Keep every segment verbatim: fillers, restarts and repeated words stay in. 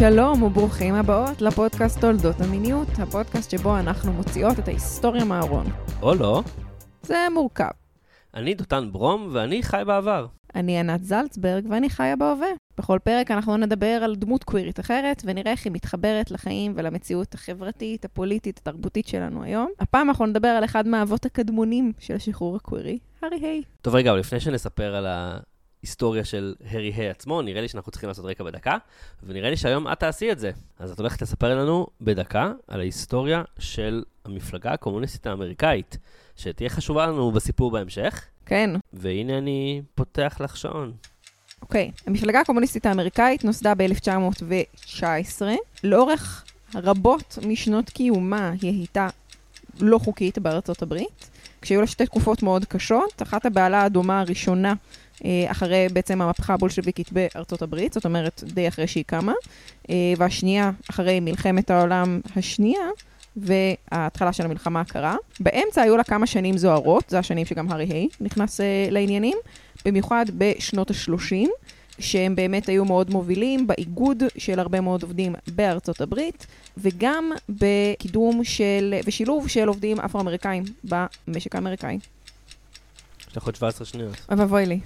שלום וברוכים הבאות לפודקאסט תולדות המיניות, הפודקאסט שבו אנחנו מוציאות את ההיסטוריה מהארון. או לא. זה מורכב. אני דותן ברום ואני חי בעבר. אני ענת זלצברג ואני חיה בהווה. בכל פרק אנחנו נדבר על דמות קווירית אחרת ונראה איך היא מתחברת לחיים ולמציאות החברתית, הפוליטית, התרבותית שלנו היום. הפעם אנחנו נדבר על אחד מהאבות הקדמונים של השחרור הקווירי, הארי היי. טוב רגע, לפני שנספר על ההיסטוריה של הארי היי עצמו, נראה לי שאנחנו צריכים לעשות רקע בדקה, ונראה לי שהיום את תעשי את זה. אז את הולכת לספר לנו בדקה על ההיסטוריה של המפלגה הקומוניסטית האמריקאית, שתהיה חשובה לנו בסיפור בהמשך. כן. והנה אני פותח לך שעון. אוקיי, okay. המפלגה הקומוניסטית האמריקאית נוסדה ב-אלף תשע מאות תשע עשרה. לאורך רבות משנות קיומה היא הייתה לא חוקית בארצות הברית, כשהיו לה שתי תקופות מאוד קשות. אחת הבעלה הדומה הראשונה אחרי בעצם המהפכה הבולשביקית בארצות הברית, זאת אומרת די אחרי שהיא קמה, והשנייה אחרי מלחמת העולם השנייה, וההתחלה של המלחמה הקרה. באמצע היו לה כמה שנים זוהרות, זה השנים שגם הארי היי נכנס uh, לעניינים, במיוחד בשנות ה-שלושים, שהם באמת היו מאוד מובילים באיגוד של הרבה מאוד עובדים בארצות הברית, וגם בקידום של, ושילוב של עובדים אפרו-אמריקאים במשק האמריקאי. יש לך עוד שבע עשרה שניות. אבוי לי.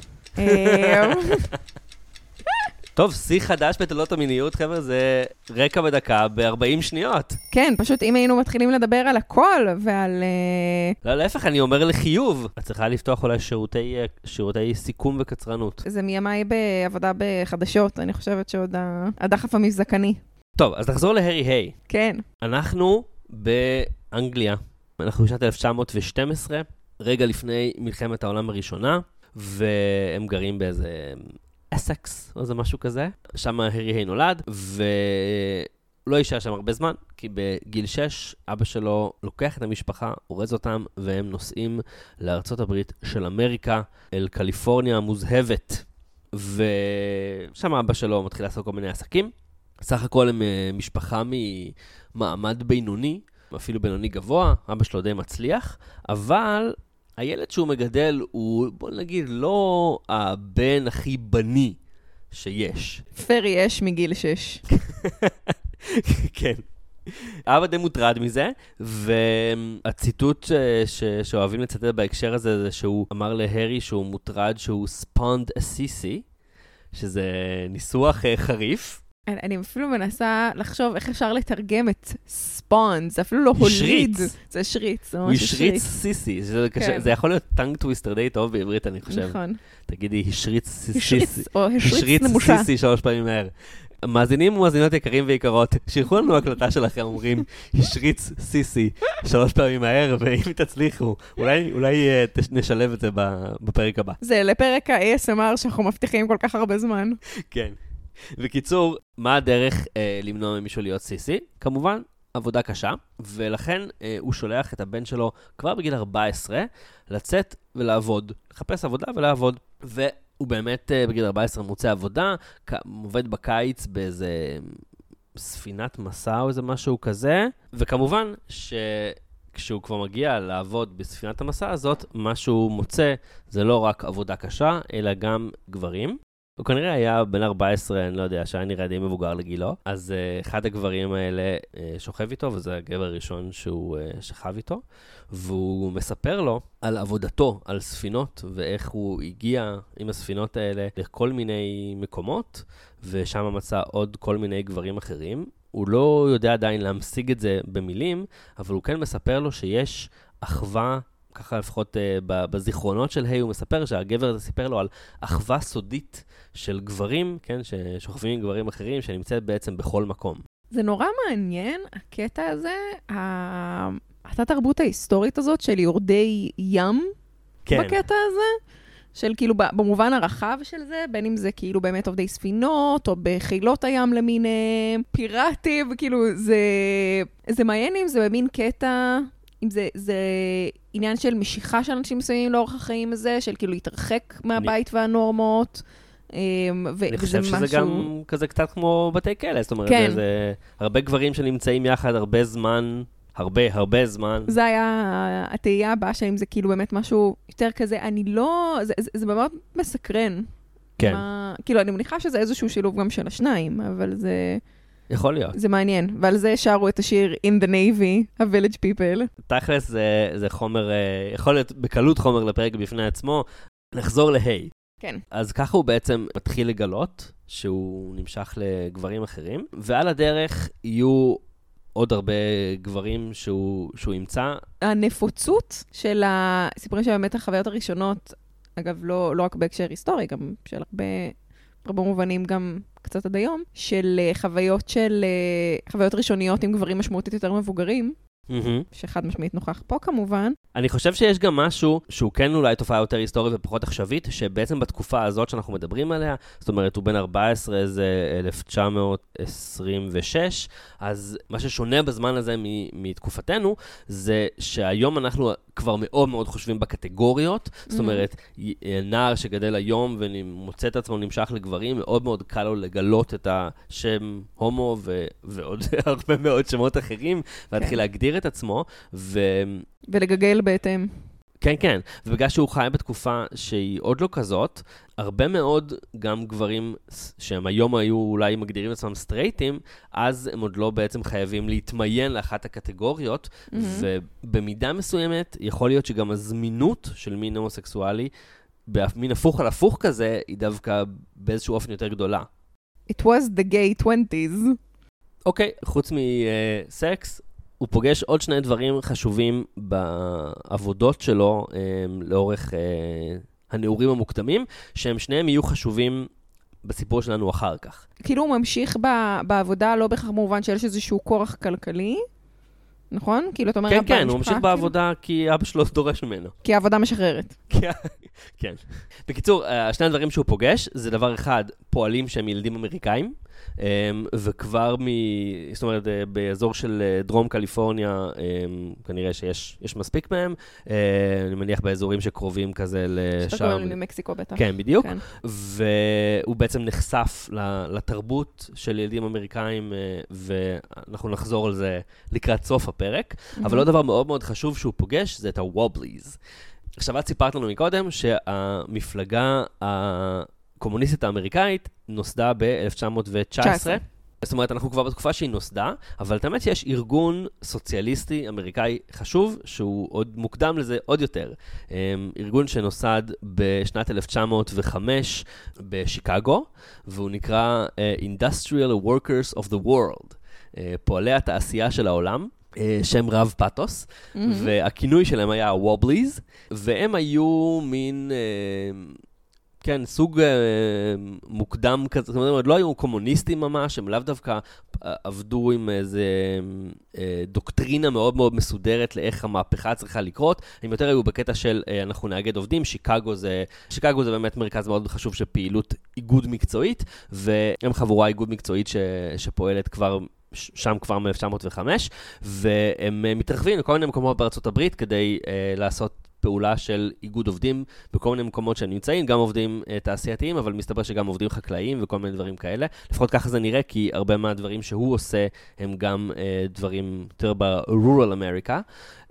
טוב, שיא חדש בתולדות המיניות, חבר'ה, זה רקע בדקה ב-ארבעים שניות. כן, פשוט אם היינו מתחילים לדבר על הכל ועל... לא, להפך, אני אומר לחיוב. את צריכה לפתוח אולי שירותי, שירותי סיכום וקצרנות. זה מימיי בעבודה בחדשות, אני חושבת שעוד הדחף המבזקני. טוב, אז נחזור להארי היי. כן. אנחנו באנגליה. אנחנו בשנת אלף תשע מאות ושתים עשרה, רגע לפני מלחמת העולם הראשונה, והם גרים באיזה... אסקס, או זה משהו כזה. שם הארי היי נולד, ולא יישאר שם הרבה זמן, כי בגיל שש, אבא שלו לוקח את המשפחה, אורז אותם, והם נוסעים לארצות הברית של אמריקה, אל קליפורניה המוזהבת. ושם אבא שלו מתחיל לעשות כל מיני עסקים. סך הכל הם משפחה ממעמד בינוני, אפילו בינוני גבוה, אבא שלו די מצליח, אבל... הילד שהוא מגדל הוא, בוא נגיד, לא הבן הכי בני שיש. פרי יש מגיל שש. כן. אבא די מוטרד מזה, והציטוט ש... שאוהבים לצטט בהקשר הזה, זה שהוא אמר להרי שהוא מוטרד שהוא ספונד אסיסי, שזה ניסוח חריף. אני, אני אפילו מנסה לחשוב איך אפשר לתרגם את ספונד, זה אפילו לא הוליד. זה שריץ. הוא השריץ סיסי, זה, כן. קשה, זה יכול להיות טנג טוויסטר די טוב בעברית, אני חושב. נכון. תגידי, השריץ סיסי. השריץ, או השריץ נמושה. השריץ סיסי שלוש פעמים מהר. מאזינים ומאזינות יקרים ויקרות, שילחו לנו הקלטה שלכם, אומרים, השריץ סיסי שלוש פעמים מהר, ואם תצליחו, אולי, אולי נשלב את זה בפרק הבא. זה לפרק ה-איי אס אם אר שאנחנו מבטיחים כל כך הרבה זמן. כן. בקיצור, מה הדרך אה, למנוע ממישהו להיות סיסי? כמובן, עבודה קשה, ולכן אה, הוא שולח את הבן שלו כבר בגיל ארבע עשרה לצאת ולעבוד, לחפש עבודה ולעבוד. והוא באמת אה, בגיל ארבע עשרה מוצא עבודה, עובד בקיץ באיזה ספינת מסע או איזה משהו כזה, וכמובן שכשהוא כבר מגיע לעבוד בספינת המסע הזאת, מה שהוא מוצא זה לא רק עבודה קשה, אלא גם גברים. הוא כנראה היה בן ארבע עשרה, אני לא יודע, שהיה נראה די מבוגר לגילו. אז uh, אחד הגברים האלה uh, שוכב איתו, וזה הגבר הראשון שהוא uh, שכב איתו, והוא מספר לו על עבודתו, על ספינות, ואיך הוא הגיע עם הספינות האלה לכל מיני מקומות, ושם מצא עוד כל מיני גברים אחרים. הוא לא יודע עדיין להמשיג את זה במילים, אבל הוא כן מספר לו שיש אחווה, ככה לפחות uh, בזיכרונות של היי, הוא מספר שהגבר הזה סיפר לו על אחווה סודית של גברים, כן, ששוכבים עם גברים אחרים, שנמצאת בעצם בכל מקום. זה נורא מעניין, הקטע הזה, התרבות ההיסטורית הזאת של יורדי ים, כן. בקטע הזה, של כאילו במובן הרחב של זה, בין אם זה כאילו באמת עובדי ספינות, או בחילות הים למיניהם, פיראטים, כאילו זה, זה מעניין אם זה במין קטע... אם זה, זה עניין של משיכה של אנשים מסוימים לאורך החיים הזה, של כאילו להתרחק מהבית אני... והנורמות, אני חושב שזה משהו... גם כזה קצת כמו בתי כלא, זאת אומרת, כן. זה, זה הרבה גברים שנמצאים יחד הרבה זמן, הרבה, הרבה זמן. זה היה התהייה הבאה שאם זה כאילו באמת משהו יותר כזה, אני לא, זה, זה, זה באמת מסקרן. כן. מה, כאילו, אני מניחה שזה איזשהו שילוב גם של השניים, אבל זה... יכול להיות. זה מעניין, ועל זה שרו את השיר In the Navy, ה-Village People. תכלס זה, זה חומר, יכול להיות בקלות חומר לפרק בפני עצמו. נחזור להי. כן. אז ככה הוא בעצם מתחיל לגלות שהוא נמשך לגברים אחרים, ועל הדרך יהיו עוד הרבה גברים שהוא, שהוא ימצא. הנפוצות של הסיפורים של באמת החוויות הראשונות, אגב, לא, לא רק בהקשר היסטורי, גם של הרבה, הרבה מובנים גם קצת עד היום, של חוויות של, חוויות ראשוניות עם גברים משמעותית יותר מבוגרים, Mm-hmm. שחד משמעית נוכח פה כמובן. אני חושב שיש גם משהו שהוא כן אולי תופעה יותר היסטורית ופחות עכשווית, שבעצם בתקופה הזאת שאנחנו מדברים עליה, זאת אומרת הוא בן ארבע עשרה, זה אלף תשע מאות עשרים ושש, אז מה ששונה בזמן הזה מתקופתנו, זה שהיום אנחנו כבר מאוד מאוד חושבים בקטגוריות, mm-hmm. זאת אומרת, נער שגדל היום ומוצא את עצמו נמשך לגברים, מאוד מאוד קל לו לגלות את השם הומו ו- ועוד הרבה מאוד שמות אחרים, והתחיל okay. להגדיר את עצמו, ו... ולגגל בהתאם. כן, כן. ובגלל שהוא חי בתקופה שהיא עוד לא כזאת, הרבה מאוד גם גברים שהם היום היו אולי מגדירים עצמם סטרייטים, אז הם עוד לא בעצם חייבים להתמיין לאחת הקטגוריות, mm-hmm. ובמידה מסוימת יכול להיות שגם הזמינות של מין הומוסקסואלי, במין הפוך על הפוך כזה, היא דווקא באיזשהו אופן יותר גדולה. It was the gay twenties. אוקיי, חוץ מסקס, הוא פוגש עוד שני דברים חשובים בעבודות שלו אה, לאורך אה, הנעורים המוקדמים, שהם שניהם יהיו חשובים בסיפור שלנו אחר כך. כאילו הוא ממשיך ב- בעבודה, לא בכך מובן שיש איזשהו כורח כלכלי, נכון? כאילו אתה אומר... כן, כן, הוא ממשיך כאילו... בעבודה כי אבא שלו דורש ממנו. כי העבודה משחררת. כן. בקיצור, שני הדברים שהוא פוגש, זה דבר אחד, פועלים שהם ילדים אמריקאים, וכבר מ... זאת אומרת, באזור של דרום קליפורניה, כנראה שיש יש מספיק מהם, אני מניח באזורים שקרובים כזה לשם. שאתה קוראים ממקסיקו בטח. כן, בדיוק. כן. והוא בעצם נחשף לתרבות של ילדים אמריקאים, ואנחנו נחזור על זה לקראת סוף הפרק, mm-hmm. אבל עוד דבר מאוד מאוד חשוב שהוא פוגש, זה את הוובליז. עכשיו, את סיפרת לנו מקודם שהמפלגה הקומוניסטית האמריקאית נוסדה ב-אלף תשע מאות תשע עשרה. זאת אומרת, אנחנו כבר בתקופה שהיא נוסדה, אבל תמיד שיש ארגון סוציאליסטי אמריקאי חשוב, שהוא עוד מוקדם לזה עוד יותר. ארגון שנוסד בשנת אלף תשע מאות וחמש בשיקגו, והוא נקרא Industrial Workers of the World, פועלי התעשייה של העולם. שם רב פאטוס, mm-hmm. והכינוי שלהם היה הוובליז, והם היו מין, אה, כן, סוג אה, מוקדם כזה, זאת אומרת, לא היו קומוניסטים ממש, הם לאו דווקא עבדו עם איזה אה, דוקטרינה מאוד מאוד מסודרת לאיך המהפכה צריכה לקרות, הם יותר היו בקטע של אה, אנחנו נאגד עובדים, שיקגו זה, שיקגו זה באמת מרכז מאוד חשוב של פעילות איגוד מקצועית, והם חבורה איגוד מקצועית ש, שפועלת כבר, שם כבר מ-אלף תשע מאות וחמש, והם מתרחבים לכל מיני מקומות בארצות הברית כדי uh, לעשות פעולה של איגוד עובדים בכל מיני מקומות שהם נמצאים, גם עובדים uh, תעשייתיים, אבל מסתבר שגם עובדים חקלאיים וכל מיני דברים כאלה. לפחות ככה זה נראה, כי הרבה מהדברים שהוא עושה הם גם uh, דברים יותר ב-Rural America, um,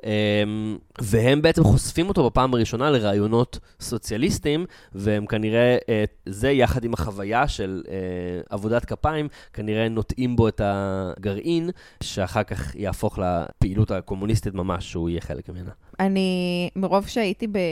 והם בעצם חושפים אותו בפעם הראשונה לרעיונות סוציאליסטיים, והם כנראה, uh, זה יחד עם החוויה של uh, עבודת כפיים, כנראה נוטעים בו את הגרעין, שאחר כך יהפוך לפעילות הקומוניסטית ממש, שהוא יהיה חלק ממנה. אני, מרוב שהייתי ב...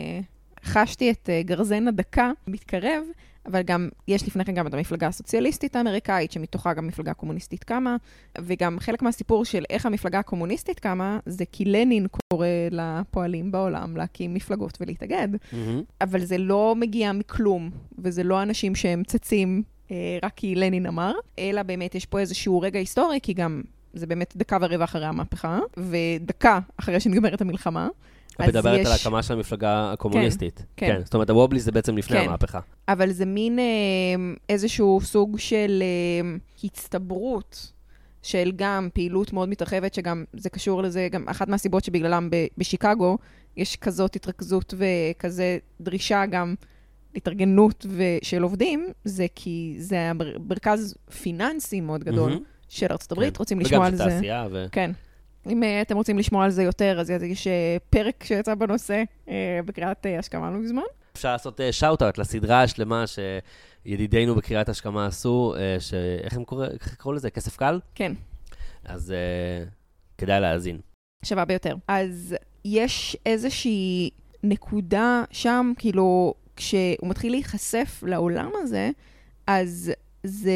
חשתי את גרזן הדקה, מתקרב, אבל גם, יש לפני כן גם את המפלגה הסוציאליסטית האמריקאית, שמתוכה גם מפלגה קומוניסטית קמה, וגם חלק מהסיפור של איך המפלגה הקומוניסטית קמה, זה כי לנין קורא לפועלים בעולם להקים מפלגות ולהתאגד. Mm-hmm. אבל זה לא מגיע מכלום, וזה לא אנשים שהם צצים אה, רק כי לנין אמר, אלא באמת יש פה איזשהו רגע היסטורי, כי גם זה באמת דקה ורבע אחרי המהפכה, ודקה אחרי שנגמרת המלחמה. את מדברת יש... על ההקמה של המפלגה הקומוניסטית. כן, כן. כן. זאת אומרת, הוובלי זה בעצם לפני כן. המהפכה. אבל זה מין אה, איזשהו סוג של אה, הצטברות, של גם פעילות מאוד מתרחבת, שגם זה קשור לזה, גם אחת מהסיבות שבגללם ב- בשיקגו, יש כזאת התרכזות וכזה דרישה גם להתארגנות של עובדים, זה כי זה היה מרכז פיננסי מאוד גדול mm-hmm. של ארצות הברית, כן. רוצים לשמוע על זה. וגם של תעשייה ו... כן. אם uh, אתם רוצים לשמוע על זה יותר, אז יש uh, פרק שיצא בנושא uh, בקריאת uh, השכמה לא מזמן. אפשר לעשות שאוט-אוט לסדרה השלמה שידידינו בקריאת השכמה עשו, איך הם קראו לזה? כסף קל? כן. אז כדאי להאזין. שווה ביותר. אז יש איזושהי נקודה שם, כאילו, כשהוא מתחיל להיחשף לעולם הזה, אז זה,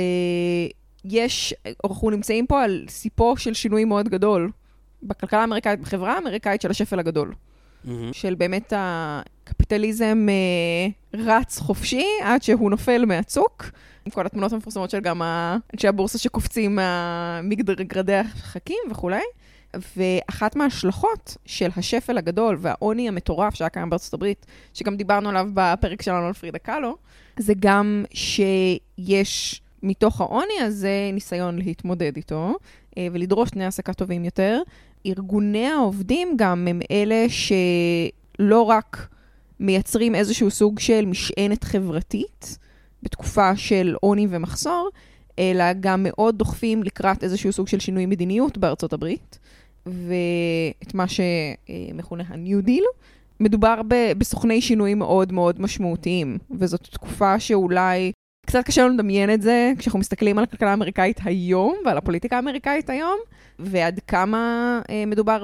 יש, אנחנו נמצאים פה על סיפו של שינוי מאוד גדול, בכלכלה האמריקאית, בחברה האמריקאית של השפל הגדול. Mm-hmm. של באמת הקפיטליזם אה, רץ חופשי, עד שהוא נופל מהצוק, עם כל התמונות המפורסמות של גם אנשי הבורסה שקופצים מגרדי החכים וכו'. ואחת מההשלכות של השפל הגדול והעוני המטורף שהיה קיים בארצות הברית, שגם דיברנו עליו בפרק שלנו על פרידה קאלו, זה גם שיש מתוך העוני הזה ניסיון להתמודד איתו, ולדרוש תנאי העסקה טובים יותר. ארגוני העובדים גם הם אלה שלא רק מייצרים איזשהו סוג של משענת חברתית, בתקופה של עוני ומחסור, אלא גם מאוד דוחפים לקראת איזשהו סוג של שינוי מדיניות בארצות הברית, ואת מה שמכונה ה-New Deal, מדובר בסוכני שינויים מאוד מאוד משמעותיים, וזאת תקופה שאולי קצת קשה לנו לדמיין את זה, כשאנחנו מסתכלים על הכלכלה האמריקאית היום, ועל הפוליטיקה האמריקאית היום, ועד כמה מדובר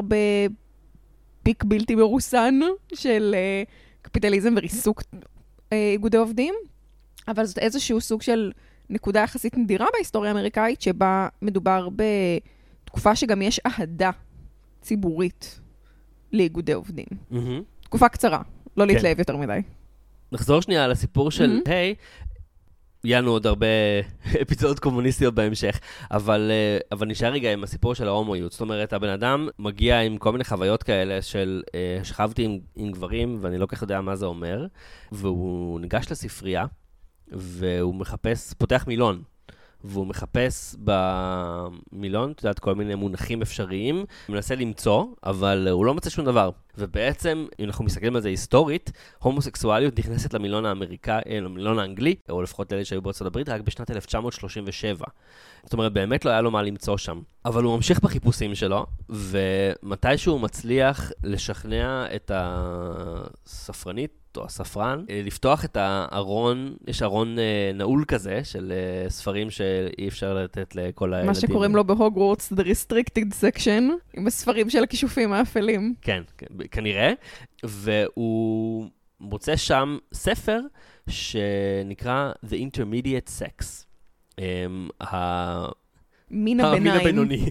בפיק בלתי מרוסן של קפיטליזם וריסוק איגודי עובדים, אבל זאת איזשהו סוג של נקודה יחסית נדירה בהיסטוריה האמריקאית, שבה מדובר בתקופה שגם יש אהדה ציבורית לאיגודי עובדים. Mm-hmm. תקופה קצרה, לא כן. להתלהב יותר מדי. נחזור שנייה על הסיפור של, mm-hmm. היי, יהיה לנו עוד הרבה אפיזודות קומוניסטיות בהמשך, אבל, אבל נשאר רגע עם הסיפור של ההומואיות. זאת אומרת, הבן אדם מגיע עם כל מיני חוויות כאלה של שכבתי עם, עם גברים, ואני לא כך יודע מה זה אומר, והוא ניגש לספרייה, והוא מחפש, פותח מילון, והוא מחפש במילון, אתה יודעת, כל מיני מונחים אפשריים, מנסה למצוא, אבל הוא לא מצא שום דבר. ובעצם, אם אנחנו מסתכלים על זה היסטורית, הומוסקסואליות נכנסת למילון האמריקאי, למילון האנגלי, או לפחות לאלה שהיו בארצות הברית, רק בשנת אלף תשע מאות שלושים ושבע. זאת אומרת, באמת לא היה לו מה למצוא שם. אבל הוא ממשיך בחיפושים שלו, ומתי שהוא מצליח לשכנע את הספרנית, או הספרן, לפתוח את הארון, יש ארון נעול כזה, של ספרים שאי אפשר לתת לכל הילדים. מה שקוראים לו בהוגוורטס, the restricted section, עם הספרים של הכישופים האפלים. כן, כנראה, והוא מוצא שם ספר שנקרא The Intermediate Sex. מין הביניים. המין הבינוני.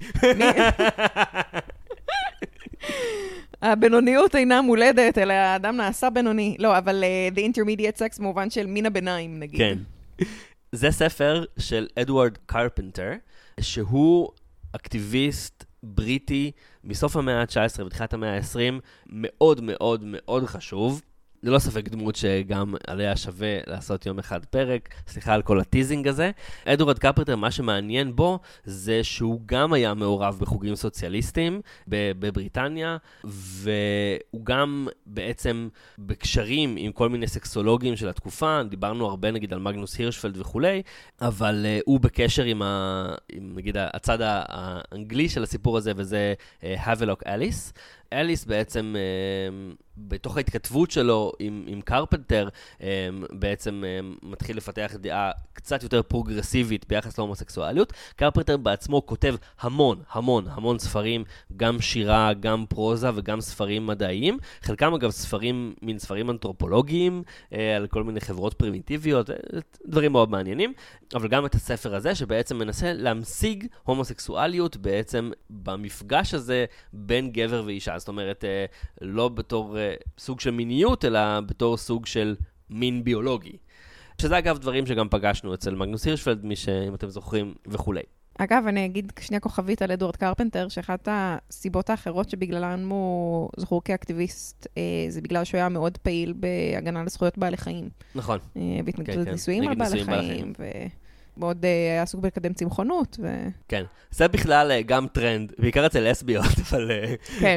הבינוניות אינה מולדת, אלא האדם נעשה בינוני. לא, אבל uh, The Intermediate Sex במובן של מין הביניים, נגיד. כן. זה ספר של אדוארד קרפנטר, שהוא אקטיביסט בריטי מסוף המאה ה-תשע עשרה ותחילת המאה ה-עשרים, מאוד מאוד מאוד חשוב. ללא ספק דמות שגם עליה שווה לעשות יום אחד פרק, סליחה על כל הטיזינג הזה. אדוארד קרפנטר, מה שמעניין בו, זה שהוא גם היה מעורב בחוגים סוציאליסטיים בבריטניה, והוא גם בעצם בקשרים עם כל מיני סקסולוגים של התקופה, דיברנו הרבה נגיד על מגנוס הירשפלד וכולי, אבל uh, הוא בקשר עם, ה, עם נגיד הצד האנגלי של הסיפור הזה, וזה האבלוק אליס. אליס בעצם, אה, בתוך ההתכתבות שלו עם, עם קרפנטר, אה, בעצם אה, מתחיל לפתח דעה קצת יותר פרוגרסיבית ביחס להומוסקסואליות. קרפנטר בעצמו כותב המון, המון, המון ספרים, גם שירה, גם פרוזה וגם ספרים מדעיים. חלקם אגב ספרים, מין ספרים אנתרופולוגיים, אה, על כל מיני חברות פרימיטיביות, אה, דברים מאוד מעניינים. אבל גם את הספר הזה שבעצם מנסה להמשיג הומוסקסואליות בעצם במפגש הזה בין גבר ואישה. זאת אומרת, לא בתור סוג של מיניות, אלא בתור סוג של מין ביולוגי. שזה אגב דברים שגם פגשנו אצל מגנוס הירשפלד, מי שאם אתם זוכרים וכולי. אגב, אני אגיד שנייה כוכבית על אדוארד קרפנטר, שאחת הסיבות האחרות שבגללן הוא זכור כאקטיביסט, זה בגלל שהוא היה מאוד פעיל בהגנה לזכויות בעלי חיים. נכון. בהתנגדות ניסויים על בעלי חיים, מאוד היה סוג בלקדם צמחונות. כן, זה בכלל גם טרנד, בעיקר אצל לסביות, אבל... כן.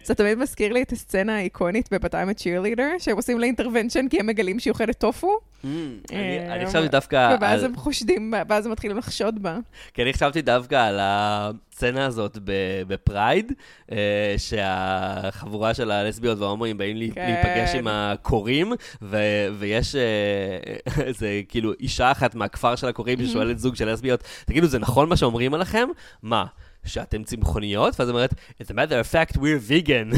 זה תמיד מזכיר לי את הסצנה האיקונית בפעם את cheerleader, שהם עושים לה אינטרוונשן כי הם מגלים שהיא אוכלת טופו. אני חשבתי דווקא... ואז הם חושדים בה, ואז הם מתחילים לחשוד בה. כי אני חשבתי דווקא על הסצנה הזאת בפרייד, שהחבורה של הלסביות וההומואים באים להיפגש עם הקוראים, ויש איזה כאילו אישה אחת מהכפר של הקוראים ששואלת זוג של לסביות, תגידו, זה נכון מה שאומרים עליכם? מה? שאתם צמחוניות? ואז אומרת, as a matter of fact, we're vegan.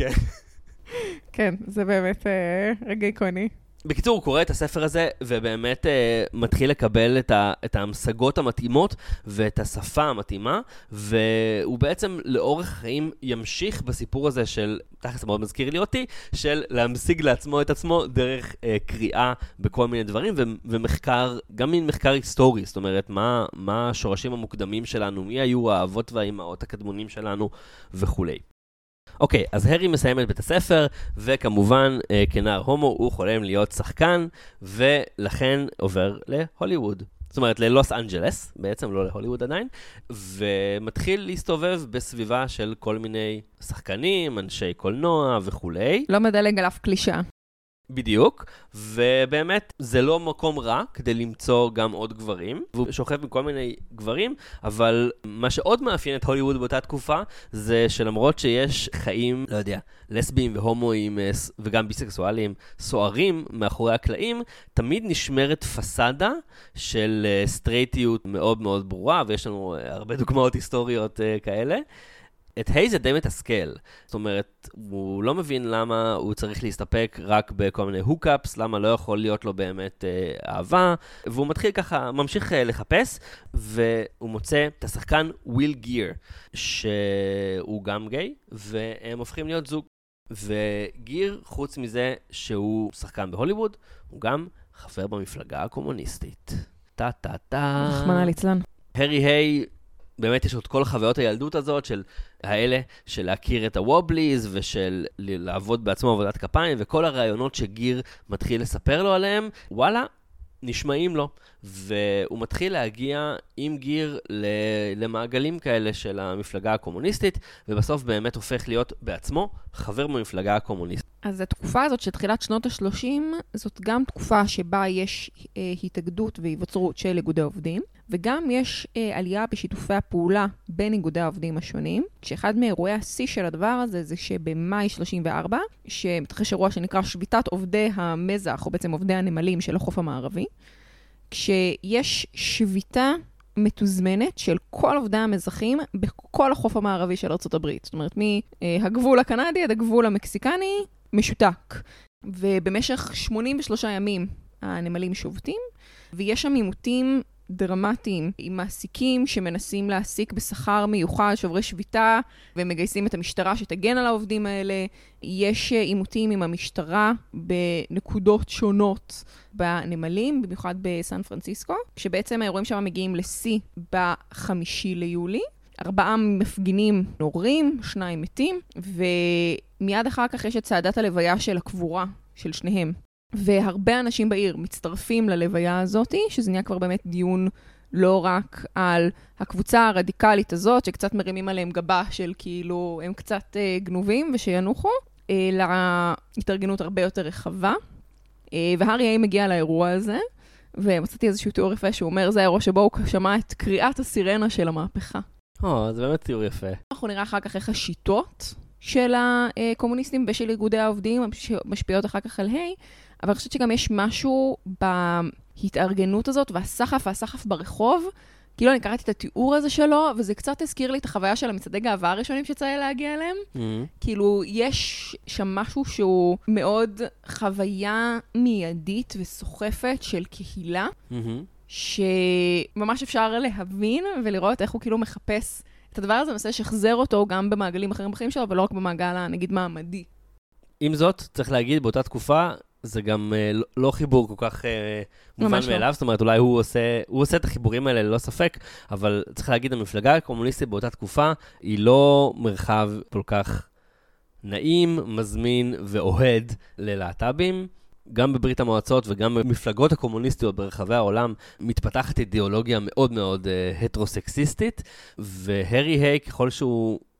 כן, זה באמת רגע איקוני. בקיצור, הוא קורא את הספר הזה, ובאמת אה, מתחיל לקבל את, ה, את ההמשגות המתאימות, ואת השפה המתאימה, והוא בעצם לאורך החיים ימשיך בסיפור הזה של, תכף זה מאוד מזכיר לי אותי, של להמשיג לעצמו את עצמו דרך אה, קריאה בכל מיני דברים, ו, ומחקר, גם מין מחקר היסטורי, זאת אומרת, מה, מה השורשים המוקדמים שלנו, מי היו האבות והאימהות הקדמונים שלנו, וכולי. אוקיי, אז הרי מסיים את בית הספר, וכמובן, אה, כנער הומו, הוא חולם להיות שחקן, ולכן עובר להוליווד. זאת אומרת, ללוס אנג'לס, בעצם לא להוליווד עדיין, ומתחיל להסתובב בסביבה של כל מיני שחקנים, אנשי קולנוע וכולי. לא מדלג עליו קלישה. בדיוק, ובאמת זה לא מקום רע כדי למצוא גם עוד גברים, והוא שוכב עם כל מיני גברים, אבל מה שעוד מאפיין את הוליווד באותה תקופה, זה שלמרות שיש חיים, לא יודע, לסביים והומואים וגם ביסקסואלים סוערים מאחורי הקלעים, תמיד נשמרת פסדה של סטרייטיות מאוד מאוד ברורה, ויש לנו הרבה דוגמאות היסטוריות כאלה. את היי זה די מתסכל. זאת אומרת, הוא לא מבין למה הוא צריך להסתפק רק בכל מיני הוקאפס, למה לא יכול להיות לו באמת אה, אהבה, והוא מתחיל ככה, ממשיך אה, לחפש, והוא מוצא את השחקן וויל גיר, שהוא גם גיי, והם הופכים להיות זוג. וגיר, חוץ מזה שהוא שחקן בהוליווד, הוא גם חבר במפלגה הקומוניסטית. טה טה טה. רחמנא ליצלן. הרי היי, באמת יש עוד כל חוויות הילדות הזאת של האלה, של להכיר את הוובליז ושל לעבוד בעצמו עבודת כפיים, וכל הרעיונות שגיר מתחיל לספר לו עליהם, וואלה, נשמעים לו. והוא מתחיל להגיע עם גיר למעגלים כאלה של המפלגה הקומוניסטית, ובסוף באמת הופך להיות בעצמו חבר במפלגה הקומוניסטית. אז התקופה הזאת של תחילת שנות ה-שלושים, זאת גם תקופה שבה יש אה, התאגדות והיווצרות של איגודי עובדים, וגם יש אה, עלייה בשיתופי הפעולה בין איגודי העובדים השונים, כשאחד מאירועי השיא של הדבר הזה זה שבמאי שלושים וארבע, שמתרחש אירוע שנקרא שביתת עובדי המזח, או בעצם עובדי הנמלים של החוף המערבי, כשיש שביתה מתוזמנת של כל עובדי המזחים בכל החוף המערבי של ארצות הברית. זאת אומרת, מהגבול הקנדי עד הגבול המקסיקני משותק. ובמשך שמונים ושלושה ימים הנמלים שובתים, ויש שם עימותים דרמטיים עם מעסיקים שמנסים להעסיק בשכר מיוחד, שוברי שביתה, ומגייסים את המשטרה שתגן על העובדים האלה. יש עימותים עם המשטרה בנקודות שונות בנמלים, במיוחד בסן פרנסיסקו, כשבעצם האירועים שם מגיעים לשיא בחמישי ליולי. ארבעה מפגינים נורים, שניים מתים, ומיד אחר כך יש את צעדת הלוויה של הקבורה של שניהם. והרבה אנשים בעיר מצטרפים ללוויה הזאת, שזה נהיה כבר באמת דיון לא רק על הקבוצה הרדיקלית הזאת, שקצת מרימים עליהם גבה של כאילו הם קצת אה, גנובים ושינוחו, אלא התארגנות הרבה יותר רחבה. אה, והרי איי מגיע לאירוע הזה, ומצאתי איזשהו תיאור יפה שהוא אומר, זה האירוע שבו הוא שמע את קריאת הסירנה של המהפכה. או, זה באמת תיאור יפה. אנחנו נראה אחר כך איך השיטות של הקומוניסטים ושל איגודי העובדים משפיעות אחר כך על היי, אבל אני חושבת שגם יש משהו בהתארגנות הזאת, והסחף, והסחף ברחוב, כאילו אני קראתי את התיאור הזה שלו, וזה קצת הזכיר לי את החוויה של המצעדי גאווה הראשונים שצריך להגיע אליהם. Mm-hmm. כאילו, יש שם משהו שהוא מאוד חוויה מיידית וסוחפת של קהילה, mm-hmm. שממש אפשר להבין ולראות איך הוא כאילו מחפש את הדבר הזה, מנסה שחזר אותו גם במעגלים אחרים בחיים שלו, ולא רק במעגל, נגיד, מעמדי. עם זאת, צריך להגיד, באותה תקופה, זה גם uh, לא חיבור כל כך uh, מובן מאליו, לא. זאת אומרת, אולי הוא עושה, הוא עושה את החיבורים האלה ללא ספק, אבל צריך להגיד, המפלגה הקומוניסטית באותה תקופה, היא לא מרחב כל כך נעים, מזמין ואוהד ללהט"בים. גם בברית המועצות וגם במפלגות הקומוניסטיות ברחבי העולם מתפתחת אידיאולוגיה מאוד מאוד uh, הטרוסקסיסטית, והרי היי, ככל שהוא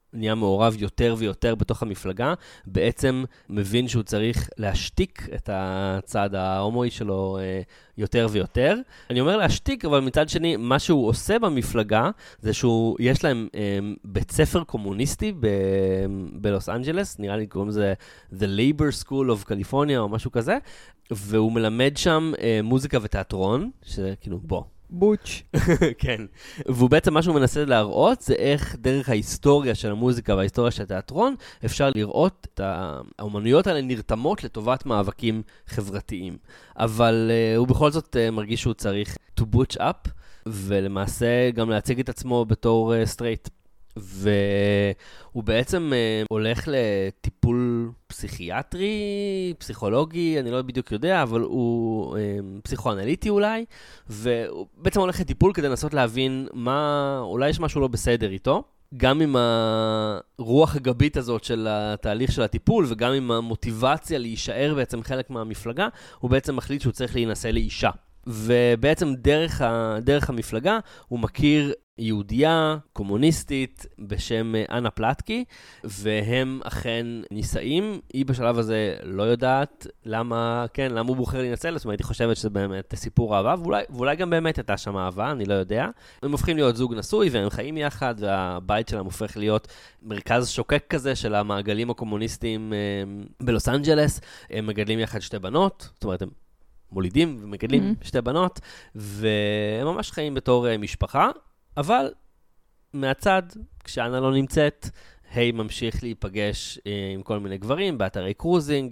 נהיה מעורב יותר ויותר בתוך המפלגה, בעצם מבין שהוא צריך להשתיק את הצד ההומואי שלו אה, יותר ויותר. אני אומר להשתיק, אבל מצד שני, מה שהוא עושה במפלגה, זה שהוא, יש להם אה, בית ספר קומוניסטי ב, בלוס אנג'לס, נראה לי קוראים לזה The Labor School of California או משהו כזה, והוא מלמד שם אה, מוזיקה ותיאטרון, שזה כאילו בוא. בוץ'. כן. והוא בעצם מה שהוא מנסה להראות, זה איך דרך ההיסטוריה של המוזיקה וההיסטוריה של התיאטרון, אפשר לראות את האומנויות האלה נרתמות לטובת מאבקים חברתיים. אבל uh, הוא בכל זאת uh, מרגיש שהוא צריך to butch up, ולמעשה גם להציג את עצמו בתור סטרייט. Uh, והוא בעצם uh, הולך לטיפול פסיכיאטרי, פסיכולוגי, אני לא בדיוק יודע, אבל הוא uh, פסיכואנליטי אולי, והוא בעצם הולך לטיפול כדי לנסות להבין מה, אולי יש משהו לא בסדר איתו, גם עם הרוח הגבית הזאת של התהליך של הטיפול, וגם עם המוטיבציה להישאר בעצם חלק מהמפלגה, הוא בעצם מחליט שהוא צריך להינשא לאישה. ובעצם דרך, ה, דרך המפלגה הוא מכיר יהודייה קומוניסטית בשם אנה פלטקי, והם אכן נישאים. היא בשלב הזה לא יודעת למה, כן, למה הוא בוחר להינשא, זאת אומרת, הייתי חושבת שזה באמת סיפור אהבה, ואולי, ואולי גם באמת הייתה שם אהבה, אני לא יודע. הם הופכים להיות זוג נשוי, והם חיים יחד, והבית שלהם הופך להיות מרכז שוקק כזה של המעגלים הקומוניסטיים בלוס אנג'לס. הם מגדלים יחד שתי בנות, זאת אומרת, הם מולידים ומגדלים mm-hmm. שתי בנות, והם ממש חיים בתור משפחה, אבל מהצד, כשאנה לא נמצאת, היי ממשיך להיפגש עם כל מיני גברים, באתרי קרוזינג,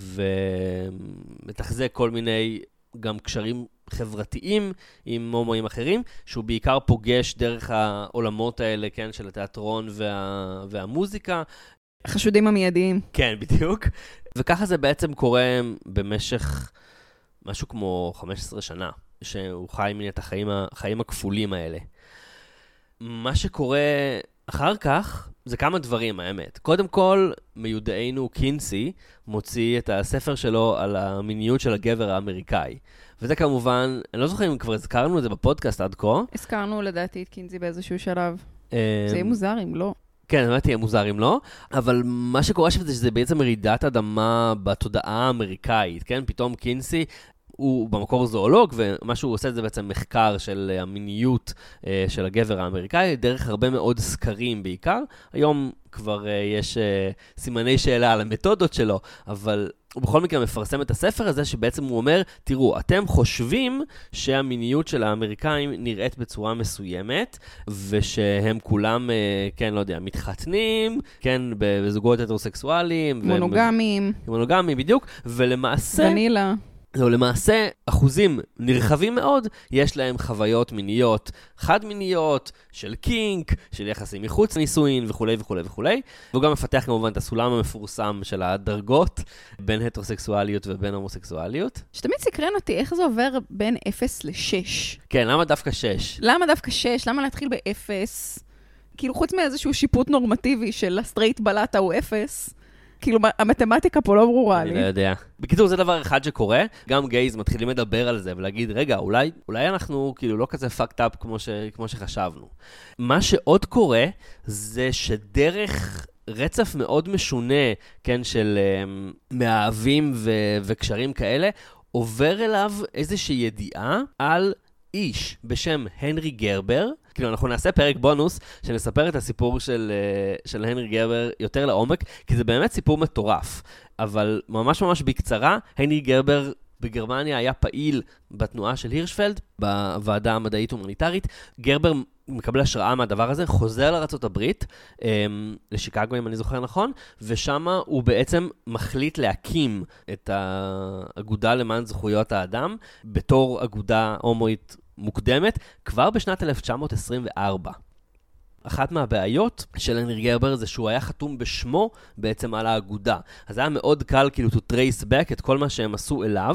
ומתחזק כל מיני גם קשרים חברתיים עם הומואים אחרים, שהוא בעיקר פוגש דרך העולמות האלה, כן, של התיאטרון וה... והמוזיקה. החשודים המיידיים. כן, בדיוק. וככה זה בעצם קורה במשך משהו כמו חמש עשרה שנה, שהוא חי מן את החיים, החיים הכפולים האלה. מה שקורה אחר כך, זה כמה דברים, האמת. קודם כל, מיודענו קינסי מוציא את הספר שלו על המיניות של הגבר האמריקאי. וזה כמובן, אני לא זוכר אם כבר הזכרנו את זה בפודקאסט עד כה. הזכרנו לדעתי את קינסי באיזשהו שלב. זה יהיה מוזר אם לא. כן, באמת יהיה מוזר אם לא, אבל מה שקורה שם זה שזה בעצם רעידת אדמה בתודעה האמריקאית, כן? פתאום קינסי הוא במקור זואולוג, ומה שהוא עושה זה בעצם מחקר של המיניות של הגבר האמריקאי, דרך הרבה מאוד סקרים בעיקר. היום כבר יש סימני שאלה על המתודות שלו, אבל הוא בכל מקרה מפרסם את הספר הזה, שבעצם הוא אומר, תראו, אתם חושבים שהמיניות של האמריקאים נראית בצורה מסוימת, ושהם כולם, כן, לא יודע, מתחתנים, כן, בזוגות הטרוסקסואליים. מונוגמיים. מונוגמיים, בדיוק, ולמעשה... ונילה. זהו, למעשה, אחוזים נרחבים מאוד, יש להם חוויות מיניות חד-מיניות, של קינק, של יחסים מחוץ נישואין וכו' וכו' וכו'. והוא גם מפתח כמובן את הסולם המפורסם של הדרגות בין הטרוסקסואליות ובין הומוסקסואליות. שתמיד סקרן אותי איך זה עובר בין אפס לשש. כן, למה דווקא שש? למה דווקא שש? למה להתחיל באפס? כאילו חוץ מאיזשהו שיפוט נורמטיבי של הסטרייט בלטה הוא אפס. כאילו, המתמטיקה פה לא ברורה לי. אני לא יודע. בקיצור, זה דבר אחד שקורה. גם גייז מתחילים לדבר על זה ולהגיד, רגע, אולי, אולי אנחנו כאילו לא כזה fucked up כמו, ש, כמו שחשבנו. מה שעוד קורה, זה שדרך רצף מאוד משונה, כן, של um, מאהבים ו- וקשרים כאלה, עובר אליו איזושהי ידיעה על איש בשם הנרי גרבר. כאילו, אנחנו נעשה פרק בונוס שנספר את הסיפור של, של הנרי גרבר יותר לעומק, כי זה באמת סיפור מטורף. אבל ממש ממש בקצרה, הנרי גרבר בגרמניה היה פעיל בתנועה של הירשפלד, בוועדה המדעית הומניטרית. גרבר מקבל השראה מהדבר הזה, חוזר לארצות הברית, לשיקגו אם אני זוכר נכון, ושם הוא בעצם מחליט להקים את האגודה למען זכויות האדם, בתור אגודה הומואית מוקדמת, כבר בשנת אלף תשע מאות עשרים וארבע. אחת מהבעיות של הנרי גרבר זה שהוא היה חתום בשמו בעצם על האגודה. אז היה מאוד קל כאילו to trace back את כל מה שהם עשו אליו,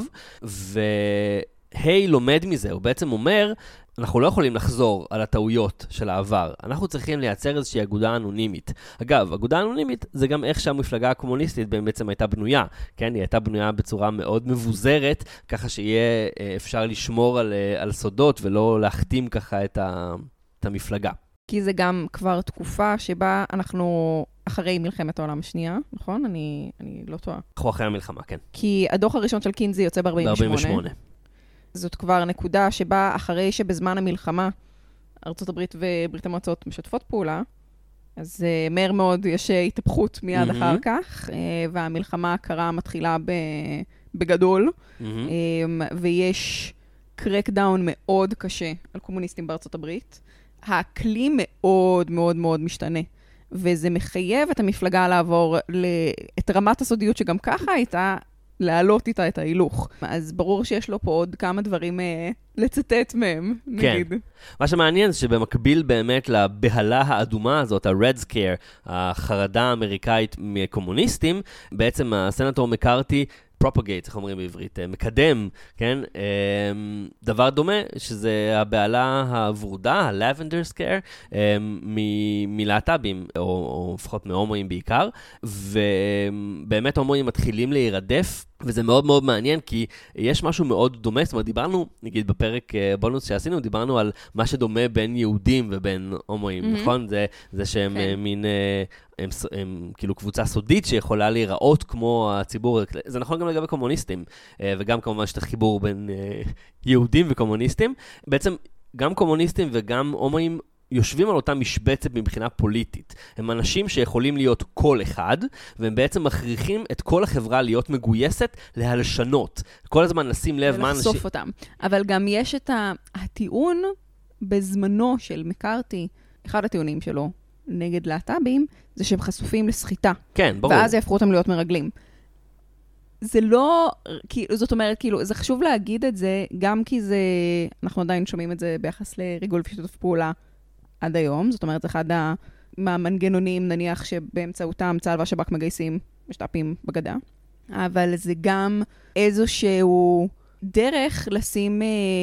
והי לומד מזה, הוא בעצם אומר, אנחנו לא יכולים לחזור על הטעויות של העבר. אנחנו צריכים לייצר איזושהי אגודה אנונימית. אגב, אגודה אנונימית זה גם איך שהמפלגה הקומוניסטית בעצם הייתה בנויה. כן, היא הייתה בנויה בצורה מאוד מבוזרת, ככה שיהיה אפשר לשמור על, על סודות ולא להחתים ככה את, ה, את המפלגה. כי זה גם כבר תקופה שבה אנחנו אחרי מלחמת העולם השנייה, נכון? אני, אני לא טועה. אנחנו אחרי המלחמה, כן. כי הדוח הראשון של קינזי יוצא ב-ארבעים ושמונה. ב-ארבעים ושמונה. זאת כבר נקודה שבה אחרי שבזמן המלחמה ארצות הברית וברית המועצות משתפות פעולה, אז uh, מהר מאוד יש התהפכות מיד mm-hmm. אחר כך, uh, והמלחמה הקרה מתחילה ב- בגדול, mm-hmm. um, ויש קרקדאון מאוד קשה על קומוניסטים בארצות הברית. האקלים מאוד מאוד מאוד משתנה, וזה מחייב את המפלגה לעבור ל- את רמת הסודיות שגם ככה הייתה, להעלות איתה את ההילוך. אז ברור שיש לו פה עוד כמה דברים אה, לצטט מהם, נגיד. כן. מה שמעניין זה שבמקביל באמת לבהלה האדומה הזאת, ה-Red Scare, החרדה האמריקאית מקומוניסטים, בעצם הסנטור מקארתי propagate, איך אומרים בעברית, מקדם, כן? דבר דומה, שזה הבעלה הוורודה, ה-Lavender Scare, מלהט"בים, או, או לפחות מהומואים בעיקר, ובאמת הומואים מתחילים להירדף, וזה מאוד מאוד מעניין, כי יש משהו מאוד דומה, זאת אומרת, דיברנו, נגיד בפרק בונוס שעשינו, דיברנו על מה שדומה בין יהודים ובין הומואים, mm-hmm. נכון? זה, זה שהם okay. מין, הם, הם כאילו קבוצה סודית שיכולה להיראות כמו הציבור, זה נכון גם לגבי קומוניסטים, וגם כמובן שאת החיבור בין יהודים וקומוניסטים, בעצם גם קומוניסטים וגם הומואים, יושבים על אותה משבצת מבחינה פוליטית. הם אנשים שיכולים להיות כל אחד, והם בעצם מכריחים את כל החברה להיות מגויסת להלשנות. כל הזמן לשים לב מה אנשים... ולחשוף אותם. אבל גם יש את הטיעון בזמנו של מקארתי, אחד הטיעונים שלו נגד להט"בים, זה שהם חשופים לסחיטה. כן, ברור. ואז יהפכו אותם להיות מרגלים. זה לא, כאילו, זאת אומרת, כאילו, זה חשוב להגיד את זה, גם כי זה, אנחנו עדיין שומעים את זה ביחס לריגול ושיתוף פעולה, עד היום, זאת אומרת, אחד מהמנגנונים, נניח שבאמצעותם צה"ל והשב"כ מגייסים משת"פים בגדה, אבל זה גם איזשהו דרך לשים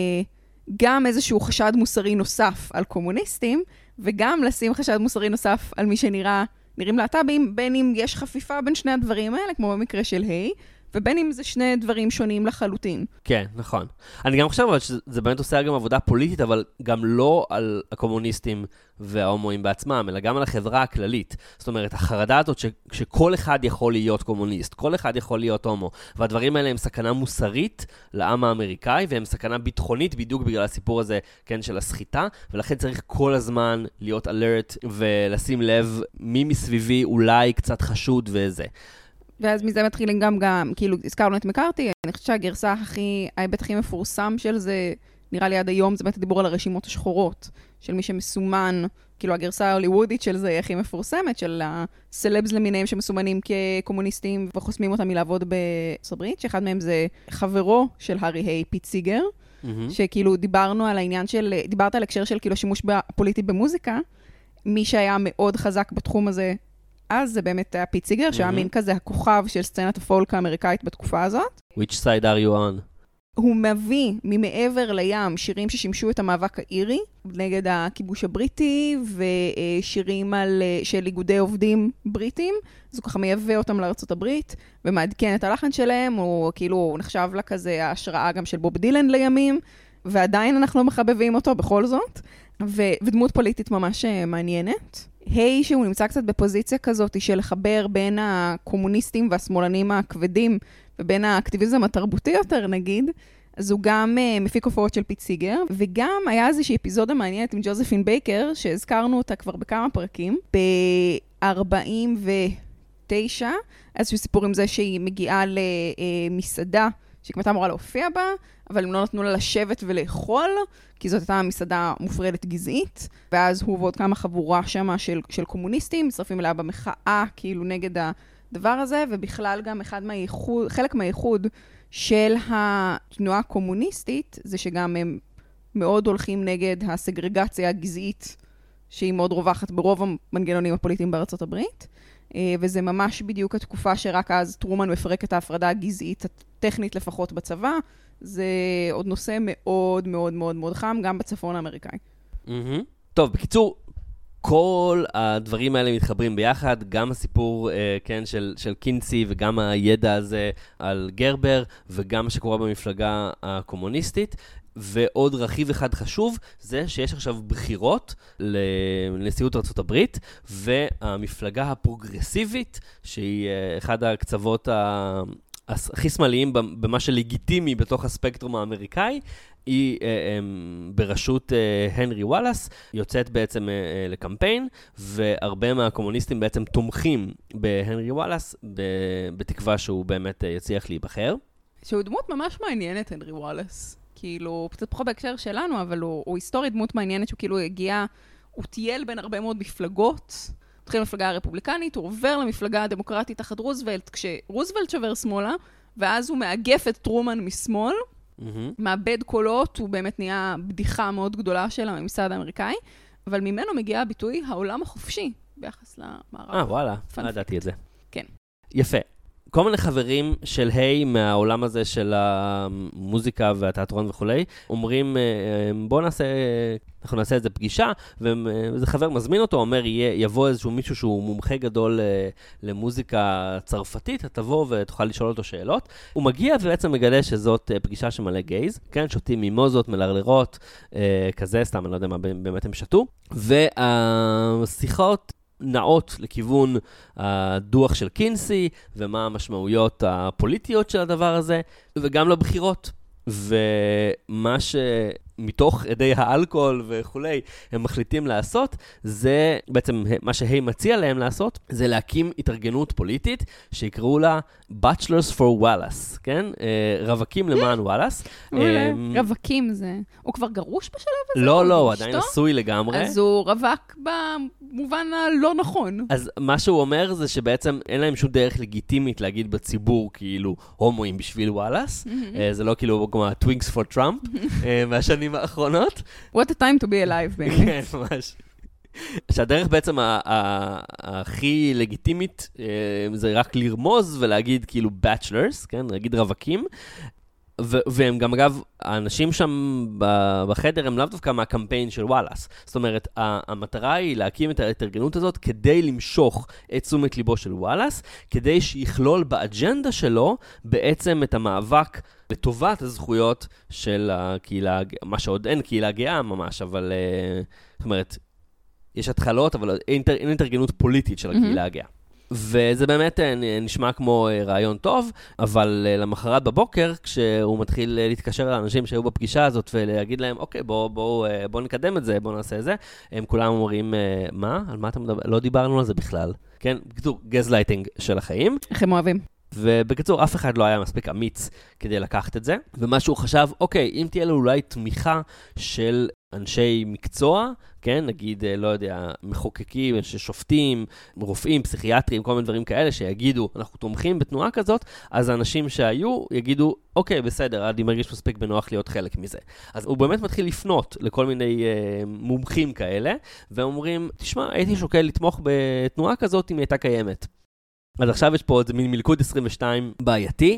גם איזשהו חשד מוסרי נוסף על קומוניסטים, וגם לשים חשד מוסרי נוסף על מי שנראה, נראים להט"בים, בין אם יש חפיפה בין שני הדברים האלה, כמו במקרה של היי, ובין אם זה שני דברים שונים לחלוטין. כן, נכון. אני גם חושב שזה באמת עושה גם עבודה פוליטית, אבל גם לא על הקומוניסטים וההומואים בעצמם, אלא גם על החברה הכללית. זאת אומרת, החרדה הזאת ש- שכל אחד יכול להיות קומוניסט, כל אחד יכול להיות הומו, והדברים האלה הם סכנה מוסרית לעם האמריקאי, והם סכנה ביטחונית בדיוק בגלל הסיפור הזה, כן, של הסחיטה, ולכן צריך כל הזמן להיות אלרט ולשים לב מי מסביבי אולי קצת חשוד וזה. ואז מזה מתחילים גם, גם, כאילו, הזכרנו את מקארתי, אני חושבת שהגרסה הכי, ההיבט הכי מפורסם של זה, נראה לי עד היום, זה באמת הדיבור על הרשימות השחורות, של מי שמסומן, כאילו הגרסה ההוליוודית של זה הכי מפורסמת, של הסלבס למיניהם שמסומנים כקומוניסטים, וחוסמים אותם מלעבוד בארצות הברית, שאחד מהם זה חברו של הארי היי, פיט סיגר, mm-hmm. שכאילו דיברנו על העניין של, דיברת על הקשר של כאילו שימוש פוליטי במוזיקה, מי שהיה מאוד חזק בתחום הזה, אז זה באמת היה פיט סיגר, שהיה מין כזה הכוכב של סצנת הפולק האמריקאית בתקופה הזאת. Which side are you on? הוא מביא ממעבר לים שירים ששימשו את המאבק האירי, נגד הכיבוש הבריטי, ושירים על, של איגודי עובדים בריטים, אז הוא ככה מייבא אותם לארצות הברית, ומעדכן את הלחן שלהם, הוא כאילו נחשב לה כזה ההשראה גם של בוב דילן לימים, ועדיין אנחנו מחבבים אותו בכל זאת, ו- ודמות פוליטית ממש מעניינת. היי, שהוא נמצא קצת בפוזיציה כזאת של לחבר בין הקומוניסטים והשמאלנים הכבדים, ובין האקטיביזם התרבותי יותר, נגיד, אז הוא גם uh, מפיק הופעות של פיט סיגר, וגם היה איזושהי אפיזודה מעניינת עם ג'וזפין בייקר, שהזכרנו אותה כבר בכמה פרקים, ב-ארבעים ותשע, איזשהו סיפור עם זה שהיא מגיעה למסעדה, שהיא כמעט אמורה להופיע בה, אבל הם לא נתנו לה לשבת ולאכול, כי זאת הייתה מסעדה מופרדת גזעית, ואז הוא ועוד כמה חבורה שמה של, של קומוניסטים, מצטרפים אליה במחאה, כאילו נגד הדבר הזה, ובכלל גם אחד מהייחוד, חלק מהייחוד של התנועה הקומוניסטית, זה שגם הם מאוד הולכים נגד הסגרגציה הגזעית, שהיא מאוד רווחת ברוב המנגנונים הפוליטיים בארצות הברית, וזה ממש בדיוק התקופה שרק אז טרומן מפרק את ההפרדה הגזעית, הטכנית לפחות בצבא, זה עוד נושא מאוד מאוד מאוד מאוד חם, גם בצפון האמריקאי. Mm-hmm. טוב, בקיצור, כל הדברים האלה מתחברים ביחד, גם הסיפור כן, של, של קינסי וגם הידע הזה על גרבר, וגם מה שקורה במפלגה הקומוניסטית. ועוד רכיב אחד חשוב, זה שיש עכשיו בחירות לנשיאות ארצות הברית, והמפלגה הפרוגרסיבית, שהיא אחד הקצוות הכי שמאליים במה שלגיטימי בתוך הספקטרום האמריקאי, היא בראשות הנרי וואלאס, יוצאת בעצם לקמפיין, והרבה מהקומוניסטים בעצם תומכים בהנרי וואלאס, בתקווה שהוא באמת יצליח להיבחר. שהוא דמות ממש מעניינת, הנרי וואלאס. כאילו, קצת פחות בהקשר שלנו, אבל הוא, הוא היסטורי דמות מעניינת, שהוא כאילו הגיע, הוא טייל בין הרבה מאוד מפלגות, הוא התחיל למפלגה הרפובליקנית, הוא עובר למפלגה הדמוקרטית תחת רוזוולט, כשרוזוולט שובר שמאלה, ואז הוא מאגף את טרומן משמאל, mm-hmm. מאבד קולות, הוא באמת נהיה בדיחה מאוד גדולה של הממסד האמריקאי, אבל ממנו מגיע הביטוי העולם החופשי, ביחס למערב. אה, וואלה, לא ידעתי את זה. כן. יפה. כל מיני חברים של היי מהעולם הזה של המוזיקה והתיאטרון וכולי, אומרים, בוא נעשה, אנחנו נעשה איזה פגישה, ואיזה חבר מזמין אותו, אומר, יבוא איזשהו מישהו שהוא מומחה גדול למוזיקה צרפתית, תבוא ותוכל לשאול אותו שאלות. הוא מגיע ובעצם מגלה שזאת פגישה שמלא גייז, כן, שותים מימוזות, מלרלרות, כזה, סתם, אני לא יודע מה באמת הם שתו, והשיחות נעות לכיוון הדוח של קינסי, ומה המשמעויות הפוליטיות של הדבר הזה, וגם לבחירות. ומה שמתוך ידי האלכוהול וכולי, הם מחליטים לעשות, זה בעצם מה שהי מציע להם לעשות, זה להקים התארגנות פוליטית, שיקראו לה Bachelors for Wallace, כן? רווקים למען וואלאס. רווקים זה... הוא כבר גרוש בשלב הזה? לא, לא, הוא עדיין עשוי לגמרי. אז הוא רווק במובן הלא נכון. אז מה שהוא אומר זה שבעצם אין להם שום דרך לגיטימית להגיד בציבור כאילו הומואים בשביל וואלאס. זה לא כאילו כמו ה-Twinks for Trump מהשנים האחרונות. What a time to be alive, באמת. כן, ממש. שהדרך בעצם הכי לגיטימית זה רק לרמוז ולהגיד כאילו bachelors, כן? להגיד רווקים. והם גם, אגב, האנשים שם בחדר הם לאו דווקא מהקמפיין של וואלאס. זאת אומרת, המטרה היא להקים את ההתארגנות הזאת כדי למשוך את תשומת ליבו של וואלאס, כדי שיכלול באג'נדה שלו בעצם את המאבק לטובת הזכויות של הקהילה, מה שעוד אין קהילה גאה ממש, אבל, זאת אומרת, יש התחלות, אבל אין התארגנות פוליטית של הקהילה הגאה. וזה באמת נשמע כמו רעיון טוב, אבל למחרת בבוקר, כשהוא מתחיל להתקשר לאנשים שהיו בפגישה הזאת, ולהגיד להם, אוקיי, בואו בוא, בוא נקדם את זה, בואו נעשה את זה, הם כולם אומרים, מה? על מה אתה מדבר? לא דיברנו על זה בכלל. כן, בקיצור, גזלייטינג של החיים. איך הם אוהבים. ובקיצור, אף אחד לא היה מספיק אמיץ כדי לקחת את זה, ומה שהוא חשב, אוקיי, אם תהיה לו אולי תמיכה של אנשי מקצוע, כן, נגיד, לא יודע, מחוקקים, שופטים, רופאים, פסיכיאטרים, כל מיני דברים כאלה, שיגידו, אנחנו תומכים בתנועה כזאת, אז האנשים שהיו יגידו, אוקיי, בסדר, אני מרגיש מספיק בנוח להיות חלק מזה. אז הוא באמת מתחיל לפנות לכל מיני אה, מומחים כאלה, ואומרים, תשמע, הייתי שוקל לתמוך בתנועה כזאת אם היא הייתה קיימת. אז עכשיו יש פה עוד מין מלכוד עשרים ושתיים בעייתי,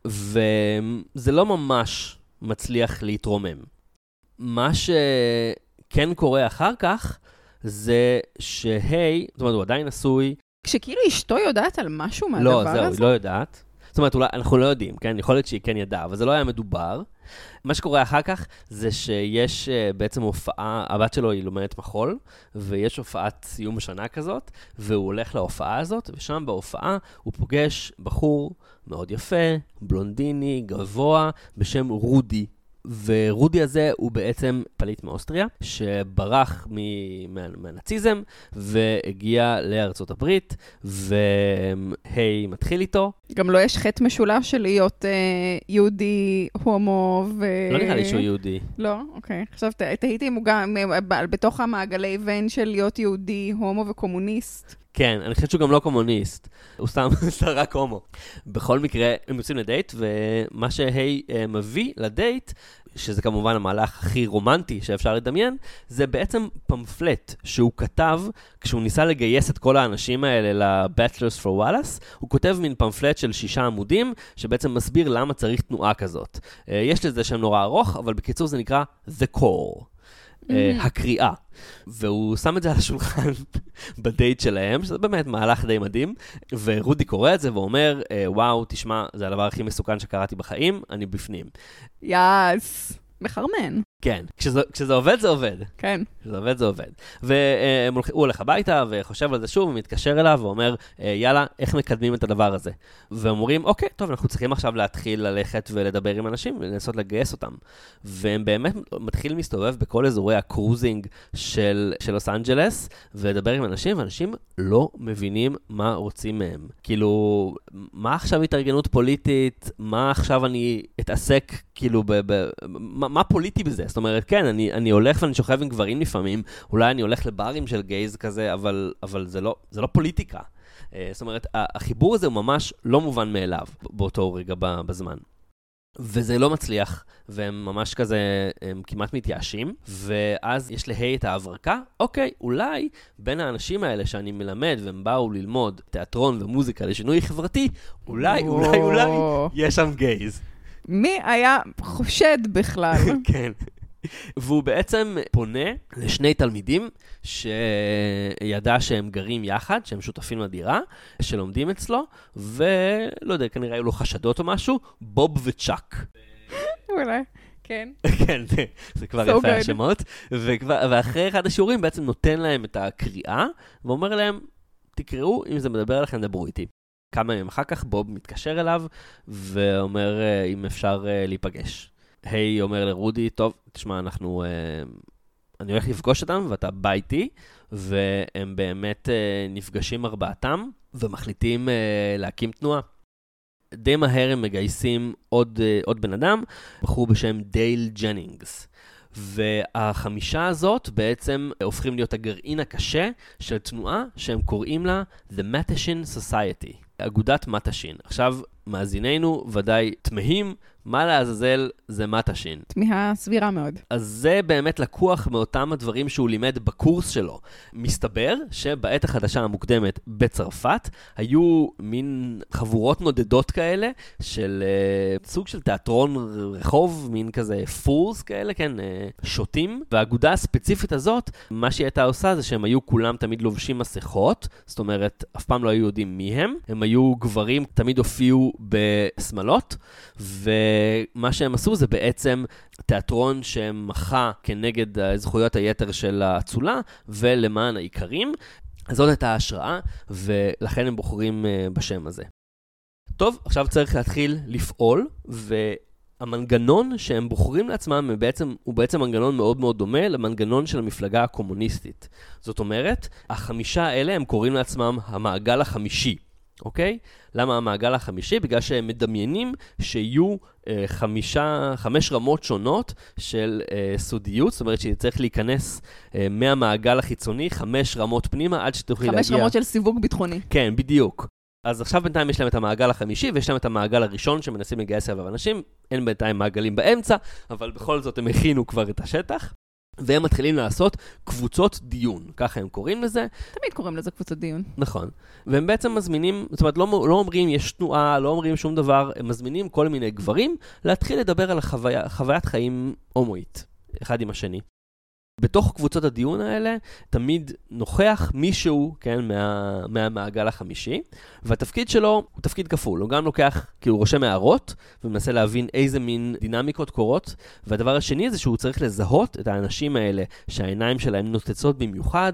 וזה לא ממש מצליח להתרומם. מה שכן קורה אחר כך, זה שהי, זאת אומרת, הוא עדיין עשוי. כשכאילו אשתו יודעת על משהו מהדבר לא, הזה? לא, זהו, היא לא יודעת. זאת אומרת, אולי, אנחנו לא יודעים, כן? יכול להיות שהיא כן ידעה, אבל זה לא היה מדובר. מה שקורה אחר כך זה שיש uh, בעצם הופעה, הבת שלו היא לומדת מחול, ויש הופעת סיום שנה כזאת, והוא הולך להופעה הזאת, ושם בהופעה הוא פוגש בחור מאוד יפה, בלונדיני, גבוה, בשם רודי. ורודי הזה הוא בעצם פליט מאוסטריה, שברח מהנאציזם, והגיע לארצות הברית, והי מתחיל איתו. גם לא יש חטא משולש של להיות אה, יהודי, הומו ו... לא נראה לי שהוא יהודי. לא? אוקיי. עכשיו, תהיתי אם הוא גם בתוך המעגלי ון של להיות יהודי, הומו וקומוניסט. כן, אני חושבת שהוא גם לא קומוניסט, הוא סתם רק הומו. בכל מקרה, הם יוצאים לדייט, ומה שהי מביא לדייט, שזה כמובן המהלך הכי רומנטי שאפשר לדמיין, זה בעצם פמפלט שהוא כתב, כשהוא ניסה לגייס את כל האנשים האלה ל-Bachelors for Wallace, הוא כותב מין פמפלט של שישה עמודים, שבעצם מסביר למה צריך תנועה כזאת. יש לזה שם נורא ארוך, אבל בקיצור זה נקרא The Call. הקריאה. והוא שם את זה על השולחן בדייט שלהם, שזה באמת מהלך די מדהים, ורודי קורא את זה ואומר, וואו, תשמע, זה הדבר הכי מסוכן שקראתי בחיים, אני בפנים. יאס, מחרמן. כן, כשזה, כשזה עובד, זה עובד. כן. כשזה עובד, זה עובד. והוא הולך הביתה וחושב על זה שוב, ומתקשר אליו ואומר, יאללה, איך מקדמים את הדבר הזה? ואומרים, אוקיי, טוב, אנחנו צריכים עכשיו להתחיל ללכת ולדבר עם אנשים ולנסות לגייס אותם. והם באמת מתחילים להסתובב בכל אזורי הקרוזינג של, של לוס אנג'לס, ולדבר עם אנשים, ואנשים לא מבינים מה רוצים מהם. כאילו, מה עכשיו התארגנות פוליטית? מה עכשיו אני אתעסק, כאילו, ב, ב, מה, מה פוליטי בזה? זאת אומרת, כן, אני, אני הולך ואני שוכב עם גברים לפעמים, אולי אני הולך לברים של גייז כזה, אבל, אבל זה לא, זה לא פוליטיקה. זאת אומרת, החיבור הזה הוא ממש לא מובן מאליו באותו רגע בזמן. וזה לא מצליח, והם ממש כזה, הם כמעט מתייאשים, ואז יש להי את ההברקה, אוקיי, אולי בין האנשים האלה שאני מלמד, והם באו ללמוד תיאטרון ומוזיקה לשינוי חברתי, אולי, אולי, אולי, יש שם גייז. מי היה חושד בכלל? כן. והוא בעצם פונה לשני תלמידים שידע שהם גרים יחד, שהם שותפים לדירה, שלומדים אצלו, ולא יודע, כנראה היו לו חשדות או משהו, בוב וצ'אק. אולי, כן. כן, זה, זה כבר יפה השמות. ואחרי אחד השיעורים בעצם נותן להם את הקריאה, ואומר להם, תקראו, אם זה מדבר עליכם, דברו איתי. כמה ימים אחר כך בוב מתקשר אליו, ואומר אם אפשר להיפגש. היי אומר לרודי, טוב, תשמע, אנחנו, אה, אני הולך לפגוש אותם, ואתה בא איתי, והם באמת אה, נפגשים ארבעתם, ומחליטים אה, להקים תנועה. די מהר הם מגייסים עוד, אה, עוד בן אדם, בחור בשם דייל ג'נינגס. והחמישה הזאת בעצם הופכים להיות הגרעין הקשה של תנועה שהם קוראים לה The Mattachine Society, אגודת מטאשין. עכשיו, מאזיננו ודאי תמהים, מה לעזאזל זה מטאשין. תמיהה סבירה מאוד. אז זה באמת לקוח מאותם הדברים שהוא לימד בקורס שלו. מסתבר שבעת החדשה המוקדמת בצרפת, היו מין חבורות נודדות כאלה, של uh, סוג של תיאטרון רחוב, מין כזה פורס כאלה, כן, uh, שוטים. והאגודה הספציפית הזאת, מה שהיא הייתה עושה זה שהם היו כולם תמיד לובשים מסכות, זאת אומרת, אף פעם לא היו יודעים מי הם. הם היו גברים, תמיד הופיעו בסמלות, ומה שהם עשו זה בעצם תיאטרון שמחה כנגד זכויות היתר של הצולה ולמען העיקרים. אז זאת הייתה ההשראה, ולכן הם בוחרים בשם הזה. טוב, עכשיו צריך להתחיל לפעול, והמנגנון שהם בוחרים לעצמם הוא בעצם, הוא בעצם מנגנון מאוד מאוד דומה למנגנון של המפלגה הקומוניסטית. זאת אומרת, החמישה האלה הם קוראים לעצמם המעגל החמישי. אוקיי? למה המעגל החמישי? בגלל שהם מדמיינים שיהיו אה, חמישה, חמש רמות שונות של אה, סודיות, זאת אומרת שצריך להיכנס אה, מהמעגל החיצוני, חמש רמות פנימה, עד שתוכלי להגיע... חמש רמות של סיווג ביטחוני. כן, בדיוק. אז עכשיו בינתיים יש להם את המעגל החמישי, ויש להם את המעגל הראשון שמנסים לגייס אליו אנשים, אין בינתיים מעגלים באמצע, אבל בכל זאת הם הכינו כבר את השטח. והם מתחילים לעשות קבוצות דיון, ככה הם קוראים לזה. תמיד קוראים לזה קבוצות דיון. נכון. והם בעצם מזמינים, זאת אומרת, לא, לא אומרים יש תנועה, לא אומרים שום דבר, הם מזמינים כל מיני גברים להתחיל לדבר על החוויה, חוויית חיים הומואית, אחד עם השני. בתוך קבוצות הדיון האלה, תמיד נוכח מישהו, כן, מה, מהמעגל החמישי, והתפקיד שלו הוא תפקיד כפול. הוא גם לוקח, כי הוא רושם הערות, ומנסה להבין איזה מין דינמיקות קורות, והדבר השני זה שהוא צריך לזהות את האנשים האלה, שהעיניים שלהם נוצצות במיוחד,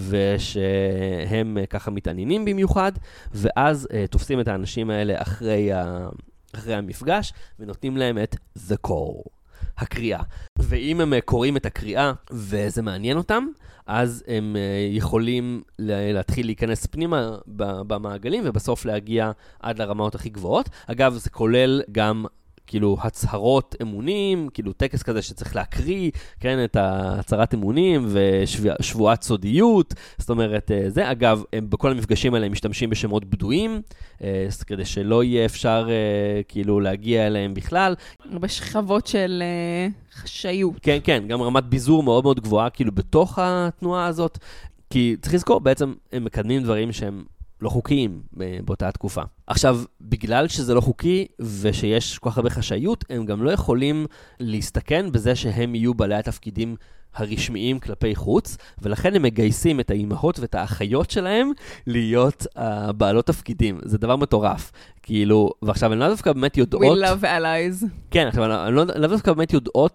ושהם ככה מתעניינים במיוחד, ואז uh, תופסים את האנשים האלה אחרי, ה... אחרי המפגש, ונותנים להם את The Call. הקריאה. ואם הם קוראים את הקריאה וזה מעניין אותם, אז הם יכולים להתחיל להיכנס פנימה במעגלים ובסוף להגיע עד לרמות הכי גבוהות. אגב, זה כולל גם כאילו הצהרות אמונים, כאילו טקס כזה שצריך להקריא, כן, את הצהרת אמונים ושבועת סודיות, זאת אומרת, זה, אגב, הם בכל המפגשים האלה משתמשים בשמות בדויים, כדי שלא יהיה אפשר כאילו להגיע אליהם בכלל. בשכבות של חשאיות. כן, כן, גם רמת ביזור מאוד מאוד גבוהה, כאילו בתוך התנועה הזאת, כי צריך לזכור, בעצם הם מקדמים דברים שהם לא חוקיים באותה תקופה. עכשיו, בגלל שזה לא חוקי ושיש כל כך הרבה חשאיות, הם גם לא יכולים להסתכן בזה שהם יהיו בעלי התפקידים הרשמיים כלפי חוץ, ולכן הם מגייסים את האימהות ואת האחיות שלהם להיות uh, בעלות תפקידים. זה דבר מטורף. כאילו, ועכשיו אני לא דווקא באמת יודעות... We love allies. כן, עכשיו אני לא, לא דווקא באמת יודעות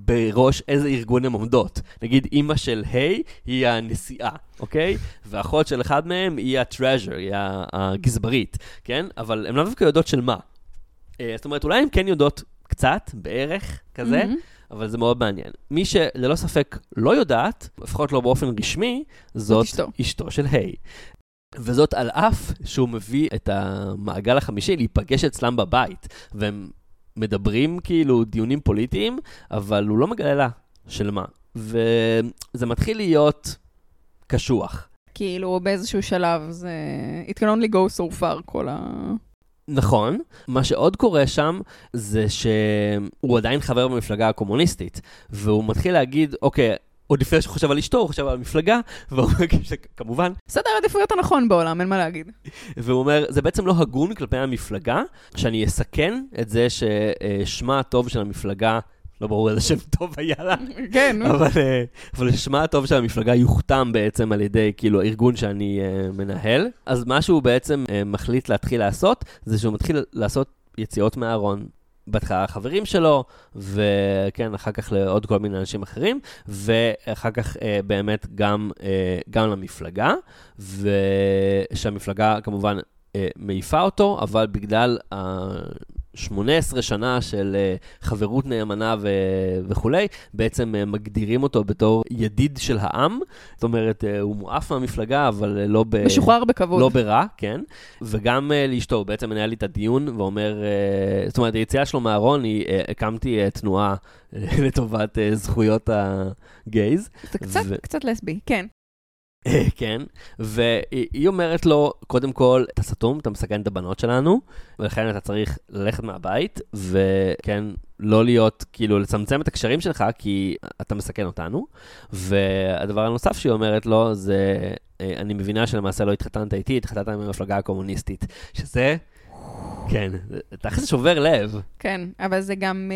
בראש איזה ארגון הן עומדות. נגיד, אמא של היי היא הנשיאה, אוקיי? ואחות של אחד מהם היא ה-treasure, היא הגזברית, כן? אבל הן לא דווקא יודעות של מה. זאת אומרת, אולי הן כן יודעות קצת, בערך, כזה, mm-hmm. אבל זה מאוד מעניין. מי שללא ספק לא יודעת, לפחות לא באופן רשמי, זאת אשתו, אשתו של היי. וזאת על אף שהוא מביא את המעגל החמישי להיפגש אצלם בבית, והם מדברים כאילו דיונים פוליטיים, אבל הוא לא מגלה לה של מה. וזה מתחיל להיות קשוח. כאילו באיזשהו שלב זה... It can only go so far כל ה... נכון. מה שעוד קורה שם זה שהוא עדיין חבר במפלגה הקומוניסטית, והוא מתחיל להגיד, אוקיי, עוד לפני שהוא חושב על אשתו, הוא חושב על המפלגה, והוא אומר כמובן... סדר עדיפויות הנכון בעולם, אין מה להגיד. והוא אומר, זה בעצם לא הגון כלפי המפלגה, שאני אסכן את זה ששמה הטוב של המפלגה, לא ברור איזה שם טוב היה לה, כן, אבל, אבל שמה הטוב של המפלגה יוכתם בעצם על ידי כאילו הארגון שאני מנהל. אז מה שהוא בעצם מחליט להתחיל לעשות, זה שהוא מתחיל לעשות יציאות מהארון. בהתחלה החברים שלו, וכן, אחר כך לעוד כל מיני אנשים אחרים, ואחר כך אה, באמת גם, אה, גם למפלגה, ושהמפלגה כמובן אה, מעיפה אותו, אבל בגלל ה-שמונה עשרה שנה של אה, חברות נאמנה ו- וכולי, בעצם אה, מגדירים אותו בתור ידיד של העם, זאת אומרת, אה, הוא מואף מהמפלגה, אבל אה, לא ב... משוחרר בכבוד. לא ברע, כן. וגם אה, לאשתו, הוא בעצם מנהל לי את הדיון, ואומר, אה, זאת אומרת, היציאה שלו מהארון, היא, אה, הקמתי אה, תנועה אה, לטובת אה, זכויות הגייז. זה קצת, ו... קצת לסבי, כן. כן, והיא אומרת לו, קודם כל, אתה סתום, אתה מסכן את הבנות שלנו, ולכן אתה צריך ללכת מהבית, וכן, לא להיות, כאילו, לצמצם את הקשרים שלך, כי אתה מסכן אותנו. והדבר הנוסף שהיא אומרת לו, זה, אני מבינה שלמעשה לא התחתנת איתי, התחתנת עם המפלגה הקומוניסטית, שזה, כן, תכף שובר לב. כן, אבל זה גם...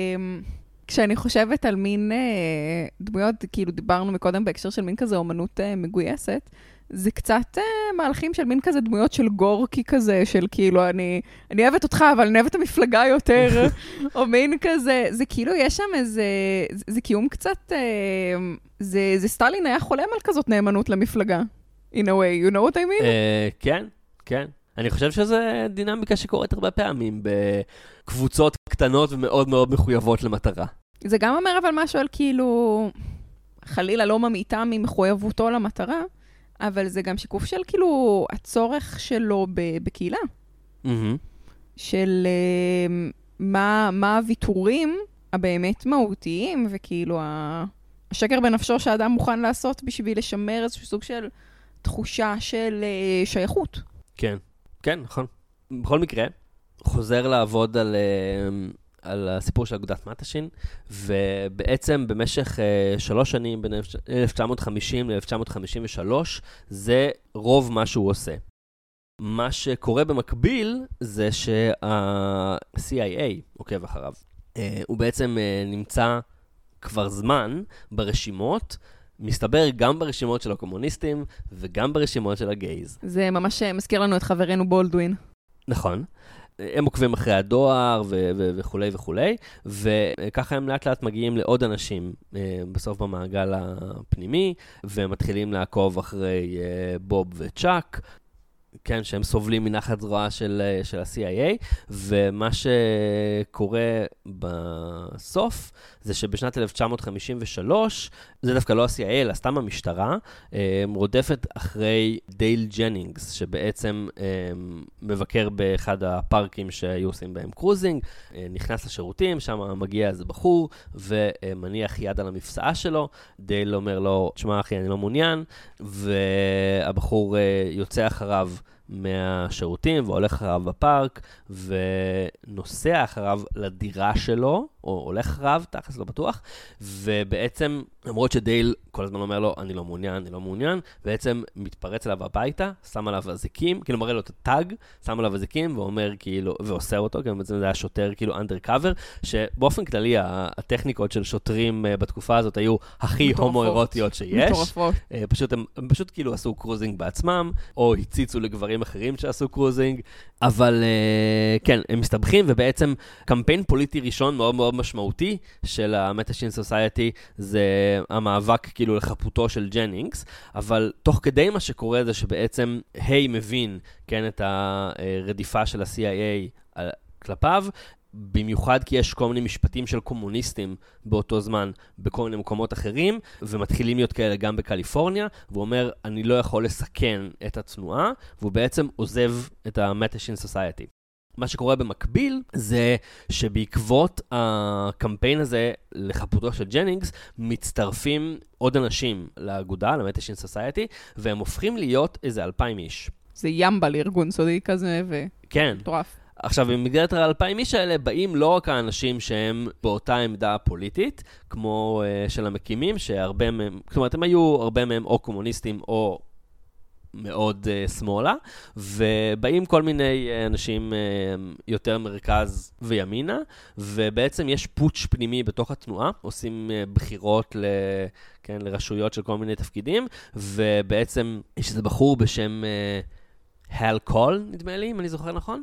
כשאני חושבת על מין אה, דמויות, כאילו דיברנו מקודם בהקשר של מין כזה אומנות אה, מגויסת, זה קצת אה, מהלכים של מין כזה דמויות של גורקי כזה, של כאילו אני, אני אוהבת אותך, אבל אני אוהבת את המפלגה יותר, או מין כזה, זה כאילו יש שם איזה, זה, זה קיום קצת, אה, זה, זה סטלין היה חולם על כזאת נאמנות למפלגה, in a way, you know what I mean? Uh, כן, כן. אני חושב שזו דינמיקה שקורית הרבה פעמים בקבוצות קטנות ומאוד מאוד מחויבות למטרה. זה גם אומר אבל משהו על כאילו, חלילה לא ממעיטה ממחויבותו למטרה, אבל זה גם שיקוף של כאילו הצורך שלו בקהילה. Mm-hmm. של uh, מה, מה הוויתורים הבאמת מהותיים, וכאילו השקר בנפשו שהאדם מוכן לעשות בשביל לשמר איזשהו סוג של תחושה של uh, שייכות. כן. כן, נכון. בכל מקרה, חוזר לעבוד על, על הסיפור של אגודת מטשין, ובעצם במשך שלוש שנים, בין אלף תשע מאות חמישים ל-אלף תשע מאות חמישים ושלוש, זה רוב מה שהוא עושה. מה שקורה במקביל, זה שה-C I A עוקב אחריו. הוא בעצם נמצא כבר זמן ברשימות, מסתבר גם ברשימות של הקומוניסטים, וגם ברשימות של הגייז. זה ממש מזכיר לנו את חברנו בולדווין. נכון. הם עוקבים אחרי הדואר ו- ו- וכולי וכולי, וככה הם לאט לאט מגיעים לעוד אנשים בסוף במעגל הפנימי, ומתחילים לעקוב אחרי בוב וצ'אק, כן, שהם סובלים מנחת זרוע של, של ה-C I A, ומה שקורה בסוף, זה שבשנת אלף תשע מאות חמישים ושלוש, זה דווקא לא ה-C I A, אלא סתם המשטרה, רודפת אחרי דייל ג'נינגס, שבעצם מבקר באחד הפארקים שהיו עושים בהם קרוזינג, נכנס לשירותים, שם מגיע איזה בחור, ומניח יד על המפסעה שלו, דייל אומר לו, תשמע אחי, אני לא מעוניין, והבחור יוצא אחריו, מהשירותים, והולך אחריו בפארק, ונוסע אחריו לדירה שלו, או הולך אחריו, תכלס לא בטוח, ובעצם, למרות שדייל כל הזמן אומר לו, אני לא מעוניין, אני לא מעוניין, בעצם מתפרץ אליו הביתה, שם עליו הזיקים, כאילו מראה לו את הטאג, שם עליו הזיקים, ואומר כאילו, ועושה אותו, כי בעצם זה היה שוטר כאילו undercover, שבאופן כללי, הטכניקות של שוטרים בתקופה הזאת היו הכי הומואירוטיות שיש. מטורפות. פשוט, הם, הם פשוט כאילו עשו קרוזינג בעצמם, או הציצו לגברים אחרים שעשו קרוזינג, אבל כן, הם מסתבכים, ובעצם קמפיין פוליטי ראשון מאוד מאוד משמעותי של המטאשין סוסייטי זה המאבק כאילו לחפותו של ג'נינגס, אבל תוך כדי מה שקורה זה שבעצם היי מבין, כן, את הרדיפה של ה-סי איי איי כלפיו, במיוחד כי יש כל מיני משפטים של קומוניסטים באותו זמן בכל מיני מקומות אחרים, ומתחילים להיות כאלה גם בקליפורניה, והוא אומר, אני לא יכול לסכן את התנועה, והוא בעצם עוזב את המטאשין סוסייטי. מה שקורה במקביל זה שבעקבות הקמפיין הזה לחפותו של ג'נינגס, מצטרפים עוד אנשים לאגודה, למטאשין סוסייטי, והם הופכים להיות איזה אלפיים איש. זה ימבה לארגון סודי כזה ו... כן. מטורף. עכשיו, במסגרת האלפיים איש האלה באים לא רק האנשים שהם באותה עמדה פוליטית, כמו uh, של המקימים, שהרבה מהם, זאת אומרת, הם היו הרבה מהם או קומוניסטים או מאוד uh, שמאלה, ובאים כל מיני uh, אנשים uh, יותר מרכז וימינה, ובעצם יש פוטש פנימי בתוך התנועה, עושים uh, בחירות ל, כן, לרשויות של כל מיני תפקידים, ובעצם יש איזה בחור בשם... Uh, הל קול, נדמה לי, אם אני זוכר נכון,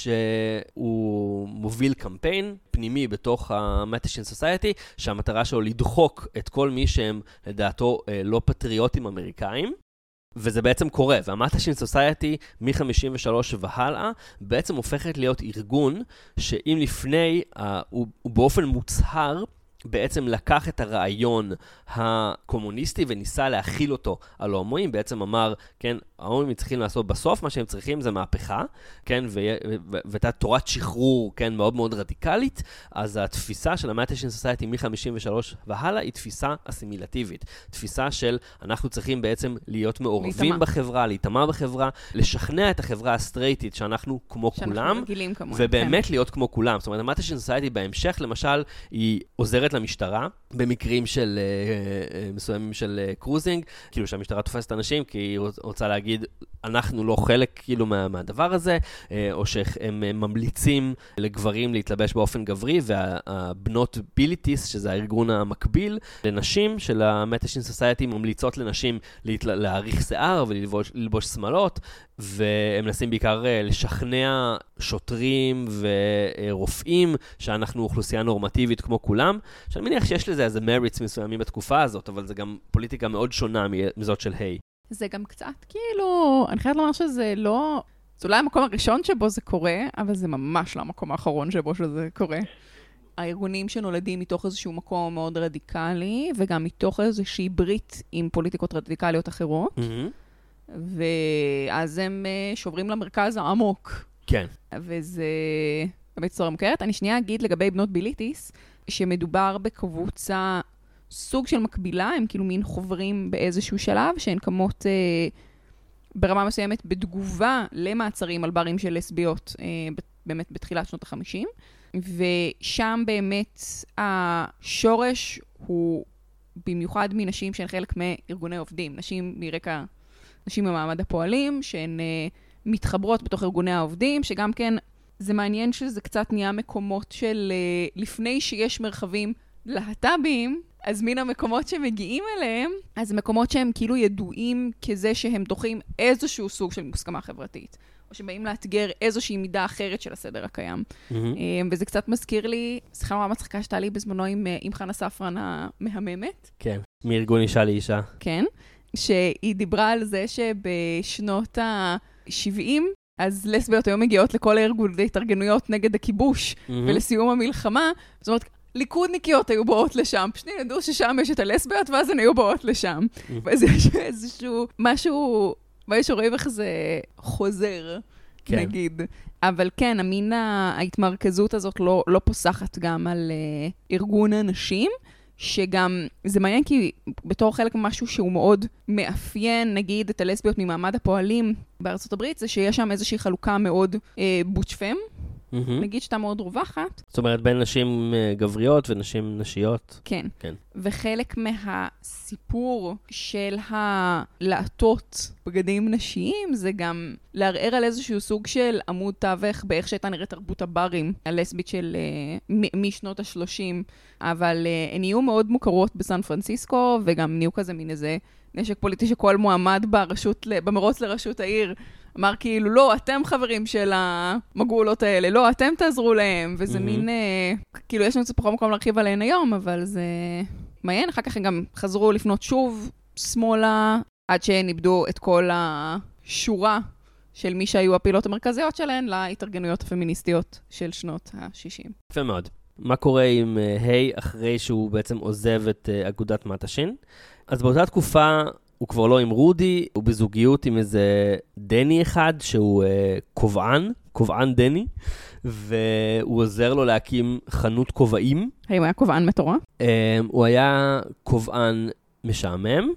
שהוא מוביל קמפיין פנימי בתוך המטאשין סוסייטי, שהמטרה שלו לדחוק את כל מי שהם, לדעתו, לא פטריוטים אמריקאים, וזה בעצם קורה, והמטאשין סוסייטי מ-חמישים ושלוש והלאה, בעצם הופכת להיות ארגון, שאם לפני, הוא, הוא באופן מוצהר, בעצם לקח את הרעיון הקומוניסטי וניסה להכיל אותו על ההומואים, בעצם אמר, כן, ההומואים צריכים לעשות בסוף, מה שהם צריכים זה מהפכה, כן, ואתה תורת שחרור, כן, מאוד מאוד רדיקלית, אז התפיסה של המטאשין סוסייטי מ-חמישים ושלוש והלאה היא תפיסה אסימילטיבית, תפיסה של אנחנו צריכים בעצם להיות מעורבים להתאמה. בחברה, להתאמה בחברה, לשכנע את החברה הסטרייטית שאנחנו כמו כולם, ובאמת כן. להיות כמו כולם. זאת אומרת, המטאשין סוסייטי בהמשך, למשל, היא עוזרת למשטרה, במקרים של uh, מסוימים של uh, קרוזינג, כאילו שהמשטרה תופסת אנשים, כי היא רוצה להגיד, אנחנו לא חלק כאילו מה, מהדבר הזה, uh, או שהם uh, ממליצים לגברים להתלבש באופן גברי, והבנות ביליטיס, שזה הארגון המקביל, לנשים של המטאשין סוסייטי, ממליצות לנשים להתל... להאריך שיער וללבוש שמלות, והם מנסים בעיקר לשכנע שוטרים ורופאים שאנחנו אוכלוסייה נורמטיבית כמו כולם, שאני מניח שיש לזה איזה מריץ מסוימים בתקופה הזאת, אבל זה גם פוליטיקה מאוד שונה מזאת של היי. זה גם קצת כאילו, אני חייבת לומר שזה לא, זה אולי המקום הראשון שבו זה קורה, אבל זה ממש לא המקום האחרון שבו שזה קורה. הארגונים שנולדים מתוך איזשהו מקום מאוד רדיקלי, וגם מתוך איזושהי ברית עם פוליטיקות רדיקליות אחרות. Mm-hmm. ואז הם שוברים למרכז העמוק. כן. וזה באמת סתורה מוכרת. אני שנייה אגיד לגבי בנות ביליטיס, שמדובר בקבוצה סוג של מקבילה, הם כאילו מין חוברים באיזשהו שלב, שהן קמות אה, ברמה מסוימת בתגובה למעצרים על ברים של לסביות, אה, באמת בתחילת שנות ה-חמישים. ושם באמת השורש הוא במיוחד מנשים שהן חלק מארגוני עובדים, נשים מרקע... נשים ממעמד הפועלים, שהן uh, מתחברות בתוך ארגוני העובדים, שגם כן, זה מעניין שזה קצת נהיה מקומות של, uh, לפני שיש מרחבים להט"בים, אז מן המקומות שמגיעים אליהם, אז מקומות שהם כאילו ידועים כזה שהם דוחים איזשהו סוג של מוסכמה חברתית, או שבאים לאתגר איזושהי מידה אחרת של הסדר הקיים. Mm-hmm. וזה קצת מזכיר לי, שיחה נורא מצחיקה שתה לי בזמנו עם, עם חנה ספרן המהממת. כן, מארגון אישה לאישה. כן. שהיא דיברה על זה שבשנות ה-שבעים, אז לסביות היו מגיעות לכל הארגוני התארגנויות נגד הכיבוש mm-hmm. ולסיום המלחמה. זאת אומרת, ליכודניקיות היו באות לשם, פשוט ידעו ששם יש את הלסביות, ואז הן היו באות לשם. Mm-hmm. ואז יש איזשהו משהו, משהו רואים איך זה חוזר, כן. נגיד. אבל כן, המין ההתמרכזות הזאת לא, לא פוסחת גם על uh, ארגון הנשים, שגם, זה מעניין כי בתור חלק ממשהו שהוא מאוד מאפיין, נגיד, את הלסביות ממעמד הפועלים בארצות הברית, זה שיש שם איזושהי חלוקה מאוד אה, בוטשפם, mm-hmm. נגיד שאתה מאוד רווחת. זאת אומרת, בין נשים גבריות ונשים נשיות. כן. כן. וחלק מהסיפור של הלעטות בגדים נשיים, זה גם לערער על איזשהו סוג של עמוד תווך באיך שהייתה נראית תרבות הברים, הלסבית של uh, מ- משנות ה-שלושים, אבל uh, הן נהיו מאוד מוכרות בסן פרנסיסקו, וגם נהיו כזה מין איזה נשק פוליטי שכל מועמד ברשות, במרוץ לראשות העיר, אמר כאילו, לא, אתם חברים של המגעולות האלה, לא, אתם תעזרו להם, וזה Mm-hmm. מין, אה, כאילו, יש לנו קצת פחות מקום להרחיב עליהן היום, אבל זה מעניין, אחר כך הם גם חזרו לפנות שוב שמאלה, עד שהן איבדו את כל השורה של מי שהיו הפעילות המרכזיות שלהן, להתארגנויות הפמיניסטיות של שנות ה-שישים. יפה מאוד. מה קורה עם היי אחרי שהוא בעצם עוזב את uh, אגודת מטשין? אז באותה תקופה הוא כבר לא עם רודי, הוא בזוגיות עם איזה דני אחד שהוא uh, קובען, קובען דני, והוא עוזר לו להקים חנות קובעים. האם היה קובען מטורף? Um, הוא היה קובען משעמם.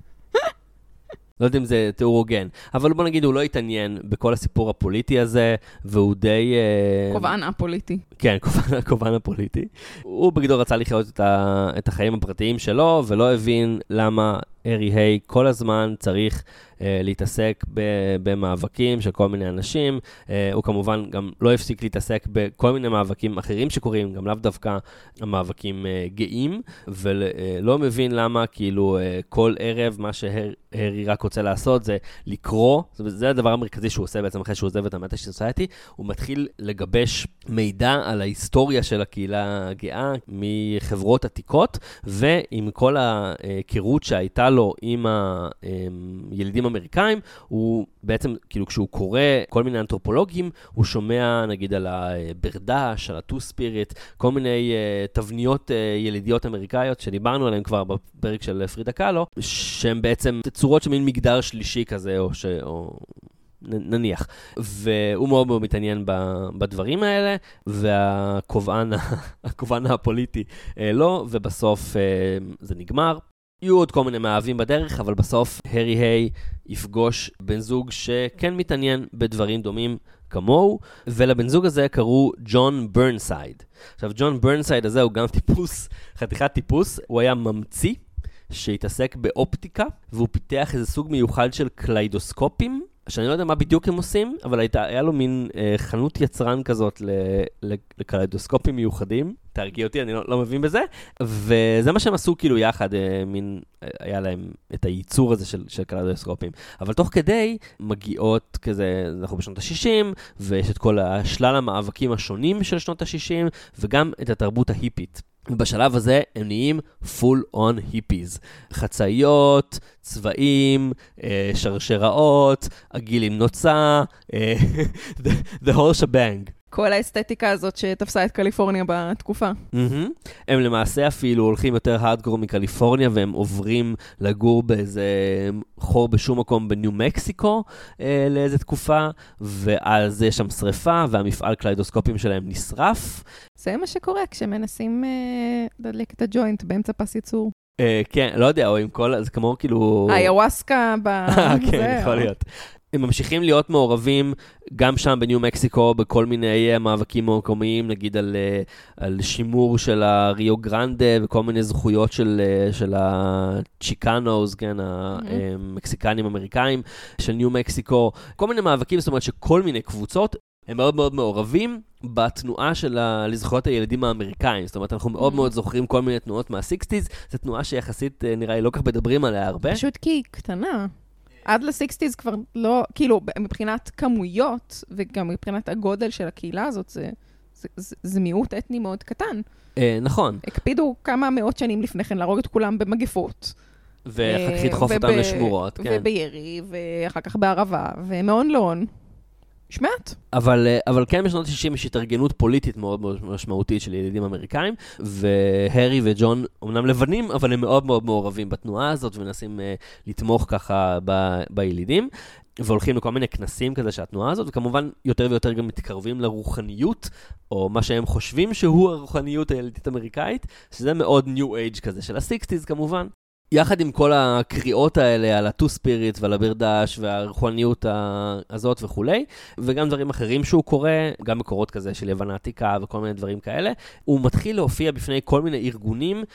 לא יודע אם זה תיאור הוגן, אבל בוא נגיד, הוא לא התעניין בכל הסיפור הפוליטי הזה, והוא די... קובען הפוליטי. כן, קובען, קובען הפוליטי. הוא בגדול רצה לחיות את, ה, את החיים הפרטיים שלו, ולא הבין למה ארי היי כל הזמן צריך אה, להתעסק ב, במאבקים של כל מיני אנשים. אה, הוא כמובן גם לא הפסיק להתעסק בכל מיני מאבקים אחרים שקורים, גם לאו דווקא המאבקים אה, גאים, ולא מבין למה כאילו אה, כל ערב מה שהרי רק רוצה לעשות זה לקרוא, זה, זה הדבר המרכזי שהוא עושה בעצם אחרי שהוא עוזב את המטש סוסייטי, הוא מתחיל לגבש מידע על ההיסטוריה של הקהילה הגאה מחברות עתיקות, ועם כל ההיכרות שהייתה לו עם הילדים האמריקאים, הוא בעצם, כאילו כשהוא קורא כל מיני אנתרופולוגים, הוא שומע נגיד על הברדש, על הטו ספיריט, כל מיני תבניות ילידיות אמריקאיות שדיברנו עליהן כבר בפרק של פרידה קאלו, שהן בעצם תצורות שמין מגדר שלישי כזה, או ש... או... נניח. והוא מאוד מאוד מתעניין בדברים האלה, והקובען, הקובען הפוליטי לא, ובסוף זה נגמר. יהיו עוד כל מיני מאהבים בדרך, אבל בסוף הרי היי יפגוש בן זוג שכן מתעניין בדברים דומים כמוהו, ולבן זוג הזה קראו ג'ון ברנסייד. עכשיו, ג'ון ברנסייד הזה הוא גם טיפוס, חתיכת טיפוס, הוא היה ממציא שהתעסק באופטיקה, והוא פיתח איזה סוג מיוחד של קליידוסקופים, שאני לא יודע מה בדיוק הם עושים, אבל הייתה, היה לו מין אה, חנות יצרן כזאת ל- לקליידוסקופים מיוחדים. תרגיע אותי, אני לא, לא מבין בזה. וזה מה שהם עשו כאילו יחד, אה, מין, היה להם את הייצור הזה של, של קליידוסקופים. אבל תוך כדי מגיעות כזה, אנחנו בשנות ה-שישים, ויש את כל השלל המאבקים השונים של שנות ה-שישים, וגם את התרבות ההיפית. ובשלב הזה הם נהיים full on hippies. חצאיות, צבעים, שרשראות, עגיל עם נוצה, the, the whole shebang. כל האסתטיקה הזאת שתפסה את קליפורניה בתקופה. Mm-hmm. הם למעשה אפילו הולכים יותר הארדקור מקליפורניה, והם עוברים לגור באיזה חור בשום מקום בניו מקסיקו אה, לאיזו תקופה, ואז יש שם שריפה, והמפעל קליידוסקופים שלהם נשרף. זה מה שקורה כשמנסים אה, לדליק את הג'וינט באמצע פס ייצור. אה, כן, לא יודע, או עם כל, זה כמו כאילו... היוואסקה ב... כן, יכול להיות. הם ממשיכים להיות מעורבים גם שם בניו מקסיקו, בכל מיני מאבקים מקומיים, נגיד על, על שימור של הריו גרנדה, וכל מיני זכויות של, של הצ'יקנוס, כן, המקסיקנים אמריקאים של ניו מקסיקו, כל מיני מאבקים, זאת אומרת שכל מיני קבוצות, הם מאוד מאוד מעורבים בתנועה של לזכויות הילדים האמריקאים. זאת אומרת, אנחנו מאוד מאוד זוכרים כל מיני תנועות מה-סיקסטיז, זו תנועה שיחסית נראה לי לא כך מדברים עליה הרבה. פשוט כי היא קטנה. עד ל-סיקסטיז כבר לא, כאילו, מבחינת כמויות, וגם מבחינת הגודל של הקהילה הזאת, זה, זה, זה, זה מיעוט אתני מאוד קטן. אה, נכון. הקפידו כמה מאות שנים לפני כן להרוג את כולם במגפות. ואחר כך לדחוף אותם לשמורות, כן. ובירי, ואחר כך בערבה, ומאון לאון. שמעת. אבל, אבל כן בשנות ה-שישים יש התארגנות פוליטית מאוד מאוד משמעותית של ילידים אמריקאים, והרי וג'ון אומנם לבנים, אבל הם מאוד מאוד מעורבים בתנועה הזאת, ומנסים uh, לתמוך ככה ב, בילידים, והולכים לכל מיני כנסים כזה שהתנועה הזאת, וכמובן יותר ויותר גם מתקרבים לרוחניות, או מה שהם חושבים שהוא הרוחניות הילידית אמריקאית, שזה מאוד ניו אייג' כזה של ה-סיקסטיז כמובן. יחד עם כל הקריאות האלה על ה-two spirit ועל הברדש והרוחניות הזאת וכו', וגם דברים אחרים שהוא קורא, גם מקורות כזה של יוון העתיקה וכל מיני דברים כאלה, הוא מתחיל להופיע בפני כל מיני ארגונים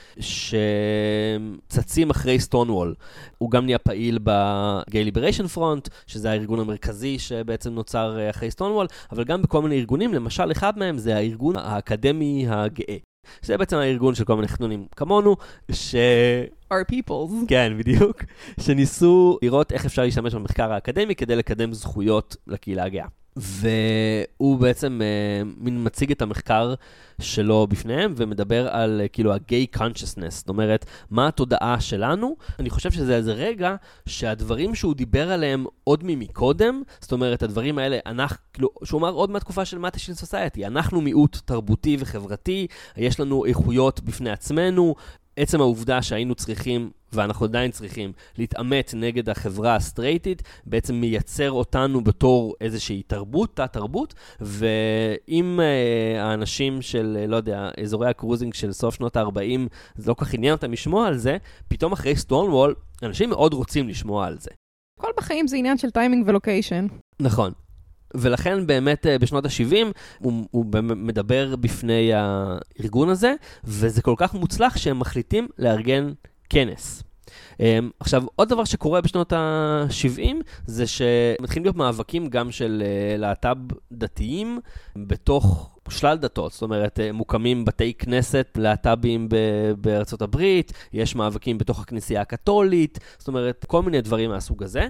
שצצים אחרי סטונוול. הוא גם נהיה פעיל ב-Gay Liberation Front, שזה הארגון המרכזי שבעצם נוצר אחרי סטונוול, אבל גם בכל מיני ארגונים, למשל אחד מהם זה הארגון האקדמי הגאה. שזה בעצם הארגון של כל מיני חנונים כמונו, ש... Our peoples. כן, בדיוק. שניסו לראות איך אפשר להשתמש במחקר האקדמי כדי לקדם זכויות לקהילה הגאה. והוא בעצם uh, מין מציג את המחקר שלו בפניהם, ומדבר על uh, כאילו ה-gay consciousness, זאת אומרת, מה התודעה שלנו. אני חושב שזה איזה רגע שהדברים שהוא דיבר עליהם עוד ממקודם, זאת אומרת, הדברים האלה, אנחנו, כאילו, שהוא אמר עוד מהתקופה של Mattachine Society, אנחנו מיעוט תרבותי וחברתי, יש לנו איכויות בפני עצמנו, עצם העובדה שהיינו צריכים, ואנחנו עדיין צריכים, להתאמת נגד החברה הסטרייטית, בעצם מייצר אותנו בתור איזושהי תרבות, תת-תרבות, ואם אה, האנשים של, לא יודע, אזורי הקרוזינג של סוף שנות ה-ארבעים, זה לא כך עניין אותם לשמוע על זה, פתאום אחרי סטונוול, אנשים מאוד רוצים לשמוע על זה. כל בחיים זה עניין של טיימינג ולוקיישן. נכון. ולכן באמת בשנות ה-שבעים הוא, הוא מדבר בפני הארגון הזה, וזה כל כך מוצלח שהם מחליטים לארגן כנס. עכשיו, עוד דבר שקורה בשנות ה-שבעים, זה שמתחילים להיות מאבקים גם של להט"ב דתיים בתוך שלל דתות, זאת אומרת, מוקמים בתי כנסת להט"בים בארצות הברית, יש מאבקים בתוך הכנסייה הקתולית, זאת אומרת, כל מיני דברים מהסוג הזה,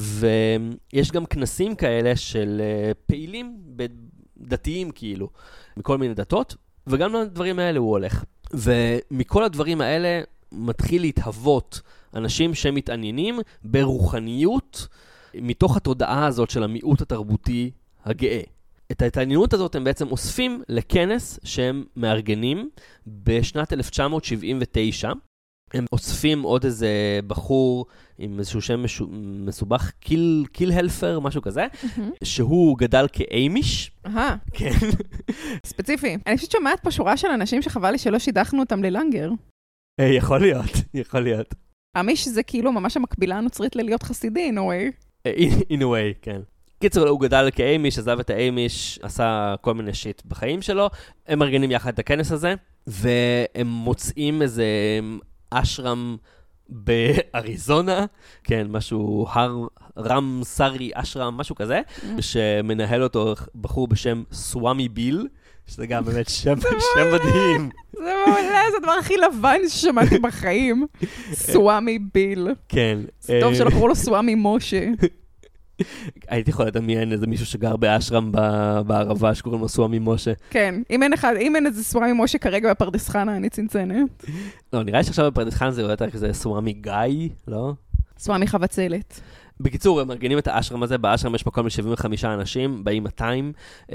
ויש גם כנסים כאלה של פעילים דתיים כאילו, מכל מיני דתות, וגם לדברים האלה הוא הולך. ומכל הדברים האלה מתחיל להתהוות אנשים שמתעניינים ברוחניות מתוך התודעה הזאת של המיעוט התרבותי הגאה. את ההתעניינות הזאת הם בעצם אוספים לכנס שהם מארגנים בשנת אלף תשע מאות שבעים ותשע. הם אוספים עוד איזה בחור עם איזשהו שם מסובך, קיל, קיל הלפר, משהו כזה, mm-hmm. שהוא גדל כאיימיש. אהה. כן. ספציפי. אני פשוט שומעת פה שורה של אנשים שחבל לי שלא שידחנו אותם ללנגר. יכול להיות, יכול להיות. אמיש זה כאילו ממש המקבילה הנוצרית ללהיות חסידי, in a way. in a way, כן. קיצור, הוא גדל כאיימיש, עזב את האיימיש, עשה כל מיני שיט בחיים שלו. הם מארגנים יחד את הכנס הזה, והם מוצאים איזה אשרם באריזונה, כן, משהו, הר, רם סרי אשרם, משהו כזה, שמנהל אותו בחור בשם סוואמי ביל, שזה גם באמת שם מדהים. זה מעולה, זה הדבר הכי לבן ששמעתי בחיים. סוואמי ביל. כן. זה טוב שלא קראו לו סוואמי משה. הייתי יכול לדמיין איזה מישהו שגר באשרם בערבה שקוראים לו סוואמי משה. כן, אם אין אחד, אם אין איזה סוואמי משה כרגע בפרדס חנה, אני צנצנת. לא, נראה שעכשיו בפרדס חנה זה יותר כזה סוואמי גיא, לא? סוואמי חבצלת. בקיצור, הם מארגנים את האשרם הזה, באשרם יש פה כל מיני שבעים וחמישה אנשים, באים מאתיים.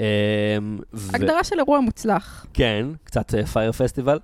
הגדרה של אירוע מוצלח. כן, קצת פייר פסטיבל,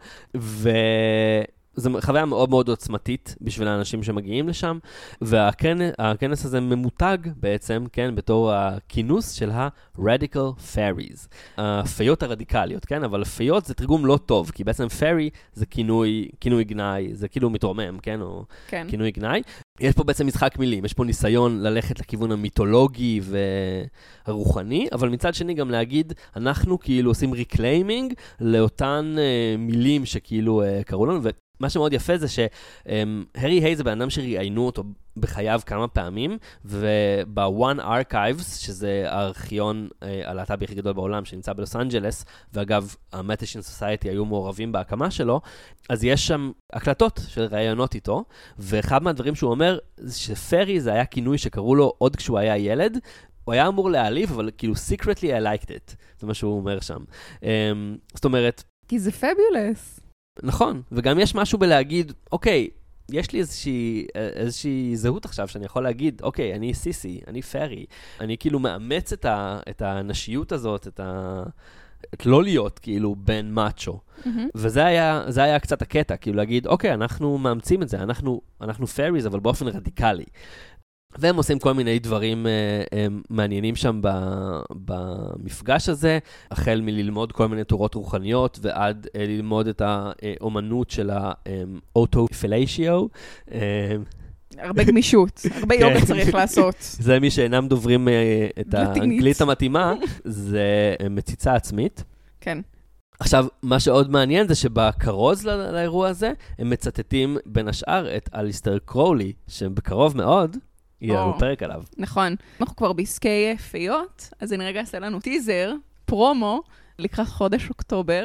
וזו חוויה מאוד מאוד עוצמתית בשביל האנשים שמגיעים לשם, והכנס הזה ממותג בעצם, כן, בתור הכינוס של ה-Radical Fairies. הפיות הרדיקליות, כן, אבל הפיות זה תרגום לא טוב, כי בעצם פיירי זה כינוי, כינוי גנאי, זה כאילו מתרומם, כן, או כן. כינוי גנאי. יש פה בעצם משחק מילים, יש פה ניסיון ללכת לכיוון המיתולוגי והרוחני, אבל מצד שני גם להגיד, אנחנו כאילו עושים ריקליימינג לאותן uh, מילים שכאילו uh, קראו לנו, ומה שמאוד יפה זה שהרי היי זה באדם שראיינו אותו בחייו כמה פעמים, וב-One Archives, שזה הארכיון uh, הלהט"בי הכי גדול בעולם שנמצא בלוס אנג'לס, ואגב, ה-Mattachine Society היו מעורבים בהקמה שלו, אז יש שם הקלטות של ראיונות איתו, ואחד מהדברים שהוא אומר, זה שפרי זה היה כינוי שקראו לו עוד כשהוא היה ילד, הוא היה אמור להעליב, אבל כאילו secretly I liked it, זה מה שהוא אומר שם. Um, זאת אומרת... כי זה fabulous. נכון, וגם יש משהו בלהגיד, אוקיי, יש לי איזושהי, איזושהי זהות עכשיו שאני יכול להגיד, אוקיי, אני סיסי, אני פרי, אני כאילו מאמץ את, ה, את הנשיות הזאת, את ה... את לא להיות כאילו בן מאצ'ו. Mm-hmm. וזה היה, זה היה קצת הקטע, כאילו להגיד, אוקיי, אנחנו מאמצים את זה, אנחנו, אנחנו פריז, אבל באופן רדיקלי. והם עושים כל מיני דברים אה, מעניינים שם ב, במפגש הזה, החל מללמוד כל מיני תורות רוחניות, ועד אה, ללמוד את האומנות של האוטו-פליישיו. אה, הרבה גמישות, הרבה יוגה צריך לעשות. זה מי שאינם דוברים את האנגלית המתאימה, זה מציצה עצמית. כן. עכשיו, מה שעוד מעניין זה שבקרוז לאירוע הזה, הם מצטטים בין השאר את אליסטר קרולי, שבקרוב מאוד יהיה לנו פרק עליו. נכון. אנחנו כבר בעסקי פיות, אז אני רגע אעשה לנו טיזר, פרומו, לקראת חודש אוקטובר,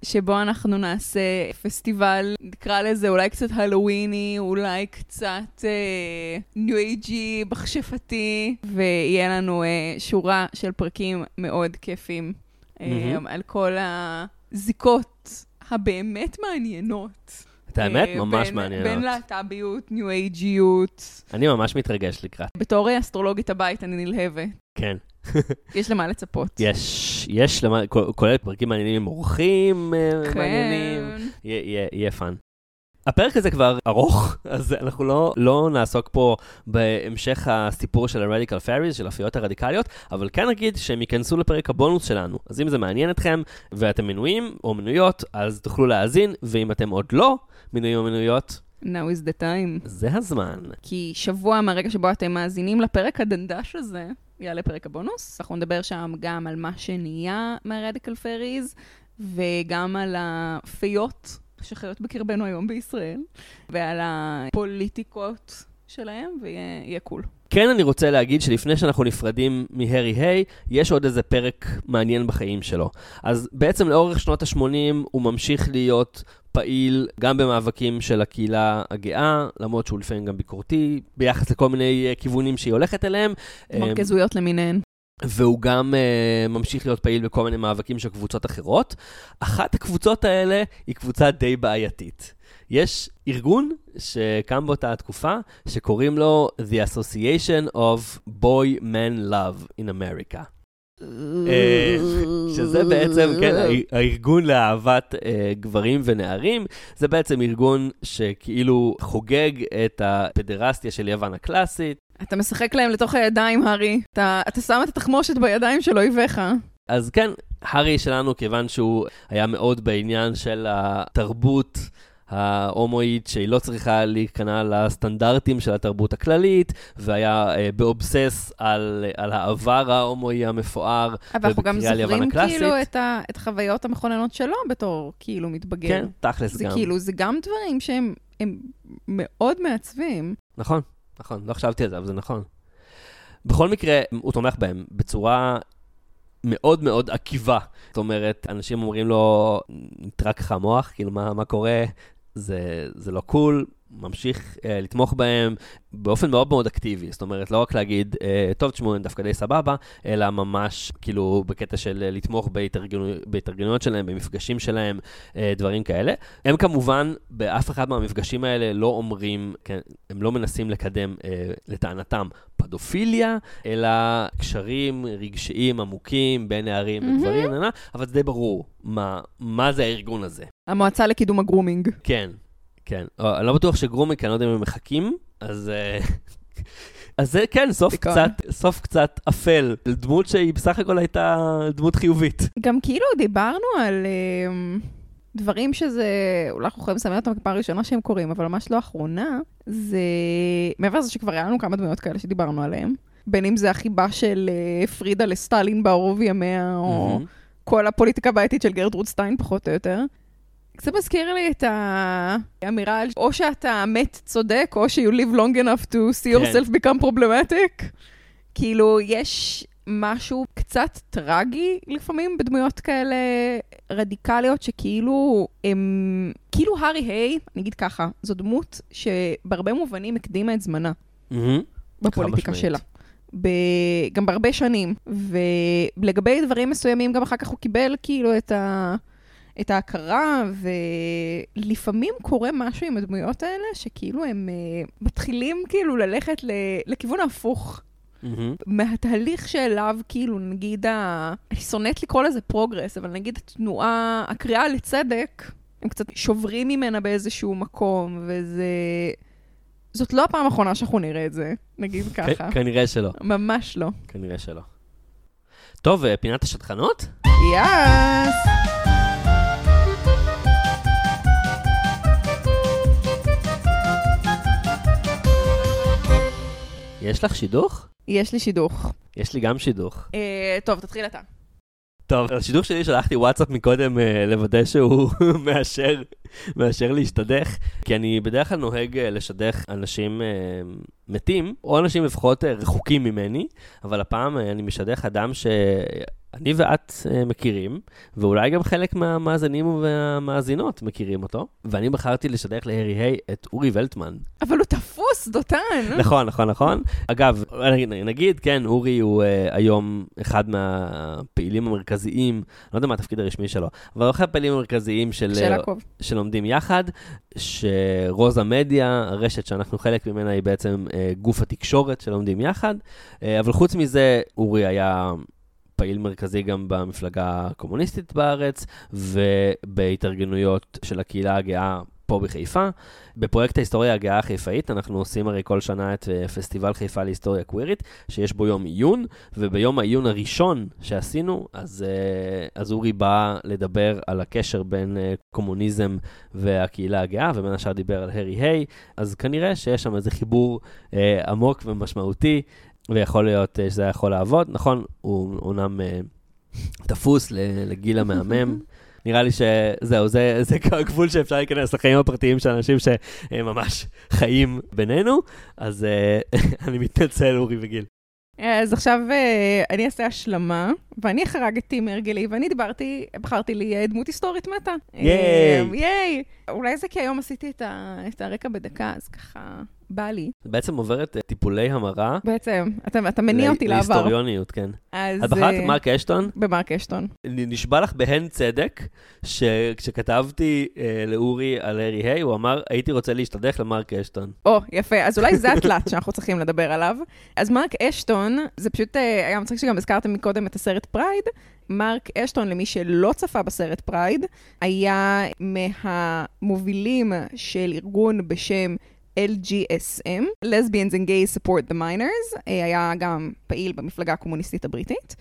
שבו אנחנו נעשה פסטיבל, נקרא לזה אולי קצת הלוויני, אולי קצת ניו אייג'י, בכשפתי, ויהיה לנו אה, שורה של פרקים מאוד כיפים אה, מהמם. על כל הזיקות הבאמת מעניינות. את האמת, אה, ממש בין- מעניינות. בין להט"ביות, ניו אייג'יות. אני ממש מתרגש לקראת. בתור אסטרולוגית הבית אני נלהבת. כן. יש למה לצפות. יש, יש, למה- כ- כולל פרקים מעניינים עם אורחים אה, כן. מעניינים. יהיה- יהיה יהיה פאן. הפרק הזה כבר ארוך, אז אנחנו לא, לא נעסוק פה בהמשך הסיפור של ה-Radical Fairies, של הפיות הרדיקליות, אבל כן נגיד שהם ייכנסו לפרק הבונוס שלנו. אז אם זה מעניין אתכם ואתם מנויים או מנויות, אז תוכלו להאזין, ואם אתם עוד לא מנויים או מנויות, Now is the time. זה הזמן. כי שבוע מהרגע שבו אתם מאזינים לפרק הדנדש הזה, יעלה פרק הבונוס. אנחנו נדבר שם גם על מה שנהיה מה-Radical Fairies, וגם על הפיות שחיות בקרבנו היום בישראל, ועל הפוליטיקות שלהם, ויהיה קול. כן, אני רוצה להגיד שלפני שאנחנו נפרדים מהרי היי, יש עוד איזה פרק מעניין בחיים שלו. אז בעצם לאורך שנות ה-שמונים הוא ממשיך להיות פעיל גם במאבקים של הקהילה הגאה, למרות שהוא לפעמים גם ביקורתי, ביחס לכל מיני uh, כיוונים שהיא הולכת אליהם. מרכזויות למיניהן. והוא גם uh, ממשיך להיות פעיל בכל מיני מאבקים של קבוצות אחרות. אחת הקבוצות האלה היא קבוצה די בעייתית. יש ארגון שקם באותה תקופה, שקוראים לו The Association of Boy Man Love in America. אה, שזה בעצם, כן, הא- הארגון לאהבת אה, גברים ונערים, זה בעצם ארגון שכאילו חוגג את הפדרסטיה של יוון הקלאסית. אתה משחק להם לתוך הידיים, הארי. אתה, אתה שם את התחמושת בידיים של אויביך. אז כן, הארי שלנו, כיוון שהוא היה מאוד בעניין של התרבות ההומואית, שהיא לא צריכה להיכנע לסטנדרטים של התרבות הכללית, והיה אה, באובסס על, על העבר ההומואי המפואר, אבל אנחנו גם ובקריאה על יוון זוכרים הקלאסית. כאילו את, ה, את החוויות המכוננות שלו בתור כאילו מתבגר. כן, תכלס זה גם. כאילו, זה גם דברים שהם הם מאוד מעצבים. נכון, נכון, לא חשבתי על זה, אבל זה נכון. בכל מקרה, הוא תומך בהם בצורה מאוד מאוד עקיבה. זאת אומרת, אנשים אומרים לו, נטרק לך המוח, כאילו מה, מה קורה, זה, זה לא קול, ממשיך אה, לתמוך בהם באופן מאוד מאוד אקטיבי. זאת אומרת, לא רק להגיד, אה, טוב, תשמעו, הם דווקא די סבבה, אלא ממש כאילו בקטע של אה, לתמוך בהתארגנו, בהתארגנויות שלהם, במפגשים שלהם, אה, דברים כאלה. הם כמובן, באף אחד מהמפגשים האלה לא אומרים, כן, הם לא מנסים לקדם אה, לטענתם פדופיליה, אלא קשרים רגשיים עמוקים בין נערים מהמם. וגברים, אבל זה די ברור מה, מה זה הארגון הזה. המועצה לקידום הגרומינג. כן, כן. או, אני לא בטוח שגרומינג, כי אני לא יודע אם הם מחכים, אז... אה, אז זה כן, סוף דיכאון. קצת, סוף קצת אפל, דמות שהיא בסך הכל הייתה דמות חיובית. גם כאילו דיברנו על um, דברים שזה, אולי אנחנו יכולים לסמן אותם כפעם ראשונה שהם קוראים, אבל ממש לא האחרונה, זה מעבר לזה שכבר היה לנו כמה דמויות כאלה שדיברנו עליהם, בין אם זה החיבה של uh, פרידה לסטלין בערוב ימיה, או מהמם. כל הפוליטיקה הבעייתית של גרטרוד סטיין פחות או יותר. קצת מזכיר לי את האמירה, על או שאתה מת צודק, או ש- you live long enough to see yourself become problematic. כאילו, יש משהו קצת טרגי לפעמים בדמויות כאלה רדיקליות, שכאילו הם... כאילו הארי היי, אני אגיד ככה, זו דמות שבהרבה מובנים הקדימה את זמנה מהמם. בפוליטיקה חד שלה. משמעית. ב... גם בהרבה שנים. ולגבי דברים מסוימים, גם אחר כך הוא קיבל כאילו את ה... את ההכרה, ולפעמים קורה משהו עם הדמויות האלה, שכאילו הם uh, מתחילים כאילו ללכת ל... לכיוון ההפוך. מהמם. מהתהליך שאליו, כאילו, נגיד, ה... אני שונאת לקרוא לזה פרוגרס, אבל נגיד התנועה, הקריאה לצדק, הם קצת שוברים ממנה באיזשהו מקום, וזה... זאת לא הפעם האחרונה שאנחנו נראה את זה, נגיד ככה. כ- כנראה שלא, ממש לא. כנראה שלא. טוב, אה, פינת השטחנות? יאס! יש לך שידוך? יש לי שידוך. יש לי גם שידוך. אה, טוב, תתחיל אתה. טוב, השידוך שלי שלחתי וואטסאפ מקודם אה, לוודא שהוא מאשר, מאשר להשתדך, כי אני בדרך כלל נוהג אה, לשדך אנשים אה, מתים, או אנשים לפחות אה, רחוקים ממני, אבל הפעם אה, אני משדך אדם אני ואת uh, מכירים, ואולי גם חלק מהמאזינים והמאזינות מכירים אותו, ואני בחרתי לשדך להרי היי את אורי ולטמן. אבל הוא תפוס, דותן. נכון, נכון, נכון. אגב, נגיד, כן, אורי הוא uh, היום אחד מהפעילים המרכזיים, לא יודע מה התפקיד הרשמי שלו, אבל הוא אחד הפעילים המרכזיים של, שלומדים יחד, שרוזה מדיה, הרשת שאנחנו חלק ממנה, היא בעצם uh, גוף התקשורת שלומדים יחד, uh, אבל חוץ מזה, אורי היה פעיל מרכזי גם במפלגה הקומוניסטית בארץ, ובהתארגנויות של הקהילה הגאה פה בחיפה. בפרויקט ההיסטוריה הגאה החיפאית, אנחנו עושים הרי כל שנה את פסטיבל חיפה להיסטוריה קווירית, שיש בו יום עיון, וביום העיון הראשון שעשינו, אז, אז אורי בא לדבר על הקשר בין קומוניזם והקהילה הגאה, ובין השאר דיבר על הרי היי, אז כנראה שיש שם איזה חיבור אה, עמוק ומשמעותי, ויכול להיות שזה יכול לעבוד. נכון, הוא אומנם תפוס לגיל המהמם. נראה לי שזהו, זה, זה הגבול שאפשר להיכנס לחיים הפרטיים של אנשים שממש חיים בינינו. אז אני מתנצל, אורי וגיל. אז עכשיו אני אעשה השלמה, ואני חרגתי מהרגלי, ואני דיברתי, בחרתי לי דמות היסטורית מתה. ייי! ייי! אולי זה כי היום עשיתי את, ה, את הרקע בדקה, אז ככה בא לי. בעצם עוברת טיפולי המרה. בעצם, אתה, אתה מניע אותי לעבר. להיסטוריוניות, כן. אז... את בחרת מרק אשטון? במרק אשטון. נשבע לך בהן צדק, שכשכתבתי אה, לאורי על הרי היי, הוא אמר, הייתי רוצה להשתדך למרק אשטון. או, יפה. אז אולי זה התלת שאנחנו צריכים לדבר עליו. אז מרק אשטון, זה פשוט אה, היה מצחיק שגם הזכרתם מקודם את הסרט פרייד. מרק אשטון, למי שלא צפה בסרט פרייד, היה מהמובילים של ארגון בשם אל ג'י אס אם, Lesbians and Gays Support the Minors, היה גם פעיל במפלגה הקומוניסטית הבריטית,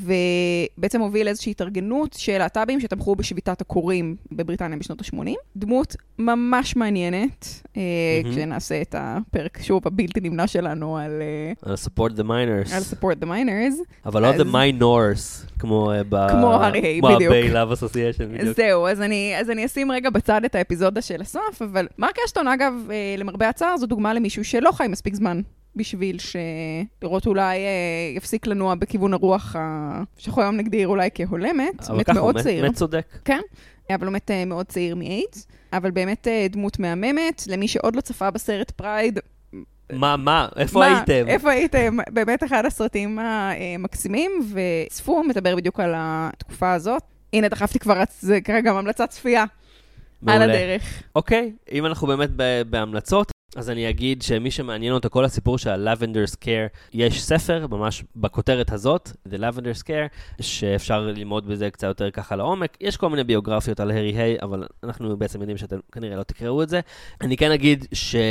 ובעצם הוביל איזושהי התארגנות של להט"בים שתמכו בשביתת הקוראים בבריטניה בשנות ה-שמונים. דמות ממש מעניינת, mm-hmm. כשנעשה את הפרק שוב הבלתי נמנע שלנו על... על Support the Minors. על Support the Minors. אבל לא the Minors, כמו ב... כמו הרי היי, בדיוק. כמו ב-Love Association, בדיוק. זהו, אז אני, אז אני אשים רגע בצד את האפיזודה של הסוף, אבל מרק אשטון, אגב, למרבה הצער, זו דוגמה למישהו שלא חי מספיק זמן, בשביל שלראות אולי יפסיק לנוע בכיוון הרוח שאנחנו היום נגדיר אולי כהולמת. אבל ככה הוא מת צודק. כן, אבל הוא מת מאוד צעיר מאיידס, אבל באמת דמות מהממת, למי שעוד לא צפה בסרט פרייד. מה, מה? איפה הייתם? איפה הייתם? באמת אחד הסרטים המקסימים, וצפו, מדבר בדיוק על התקופה הזאת. הנה, דחפתי כבר, זה כרגע המלצת צפייה. על הדרך. אוקיי, אם אנחנו באמת בהמלצות, אז אני אגיד שמי שמעניין אותו כל הסיפור של ה-Lavender Scare, יש ספר ממש בכותרת הזאת, The Lavender Scare, שאפשר ללמוד בזה קצת יותר ככה לעומק. יש כל מיני ביוגרפיות על הרי היי, אבל אנחנו בעצם יודעים שאתם כנראה לא תקראו את זה. אני כן אגיד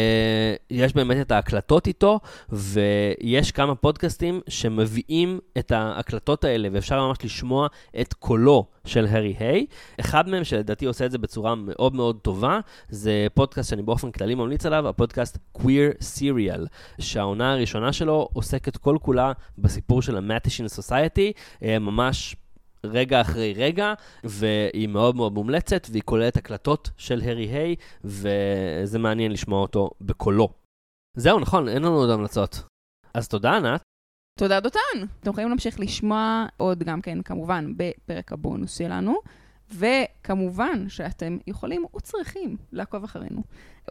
שיש באמת את ההקלטות איתו, ויש כמה פודקאסטים שמביאים את ההקלטות האלה, ואפשר ממש לשמוע את קולו של הרי היי. אחד מהם שלדעתי עושה את זה בצורה מאוד מאוד טובה, זה פודקאסט שאני באופן כללי ממליץ עליו, הפודקאסט Queer Serial, שהעונה הראשונה שלו עוסקת כל כולה בסיפור של ה-Mattachine Society, ממש רגע אחרי רגע, והיא מאוד מאוד מומלצת, והיא כוללת הקלטות של הרי היי, וזה מעניין לשמוע אותו בקולו. זהו, נכון, אין לנו עוד המלצות. אז תודה, ענת. תודה, דותן. אתם יכולים להמשיך לשמוע עוד גם כן, כמובן, בפרק הבונוס שלנו, וכמובן שאתם יכולים וצריכים לעקוב אחרינו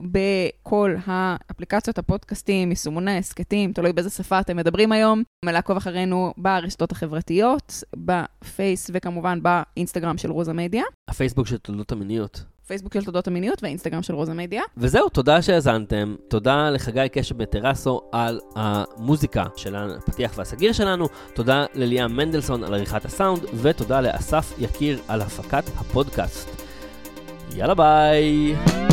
בכל האפליקציות, הפודקאסטים, יישומוני העסקתים, תלוי באיזה שפה אתם מדברים היום, לעקוב אחרינו ברשתות החברתיות, בפייס וכמובן באינסטגרם של רוזה מדיה. הפייסבוק של תולדות המיניות. פייסבוק של תולדות המיניות והאינסטגרם של רוזה מדיה. וזהו, תודה שהאזנתם. תודה לחגי קשב בטרסו על המוזיקה של הפתיח והסגיר שלנו. תודה לליאם מנדלסון על עריכת הסאונד, ותודה לאסף יקיר על הפקת הפודקאסט. יאללה ביי!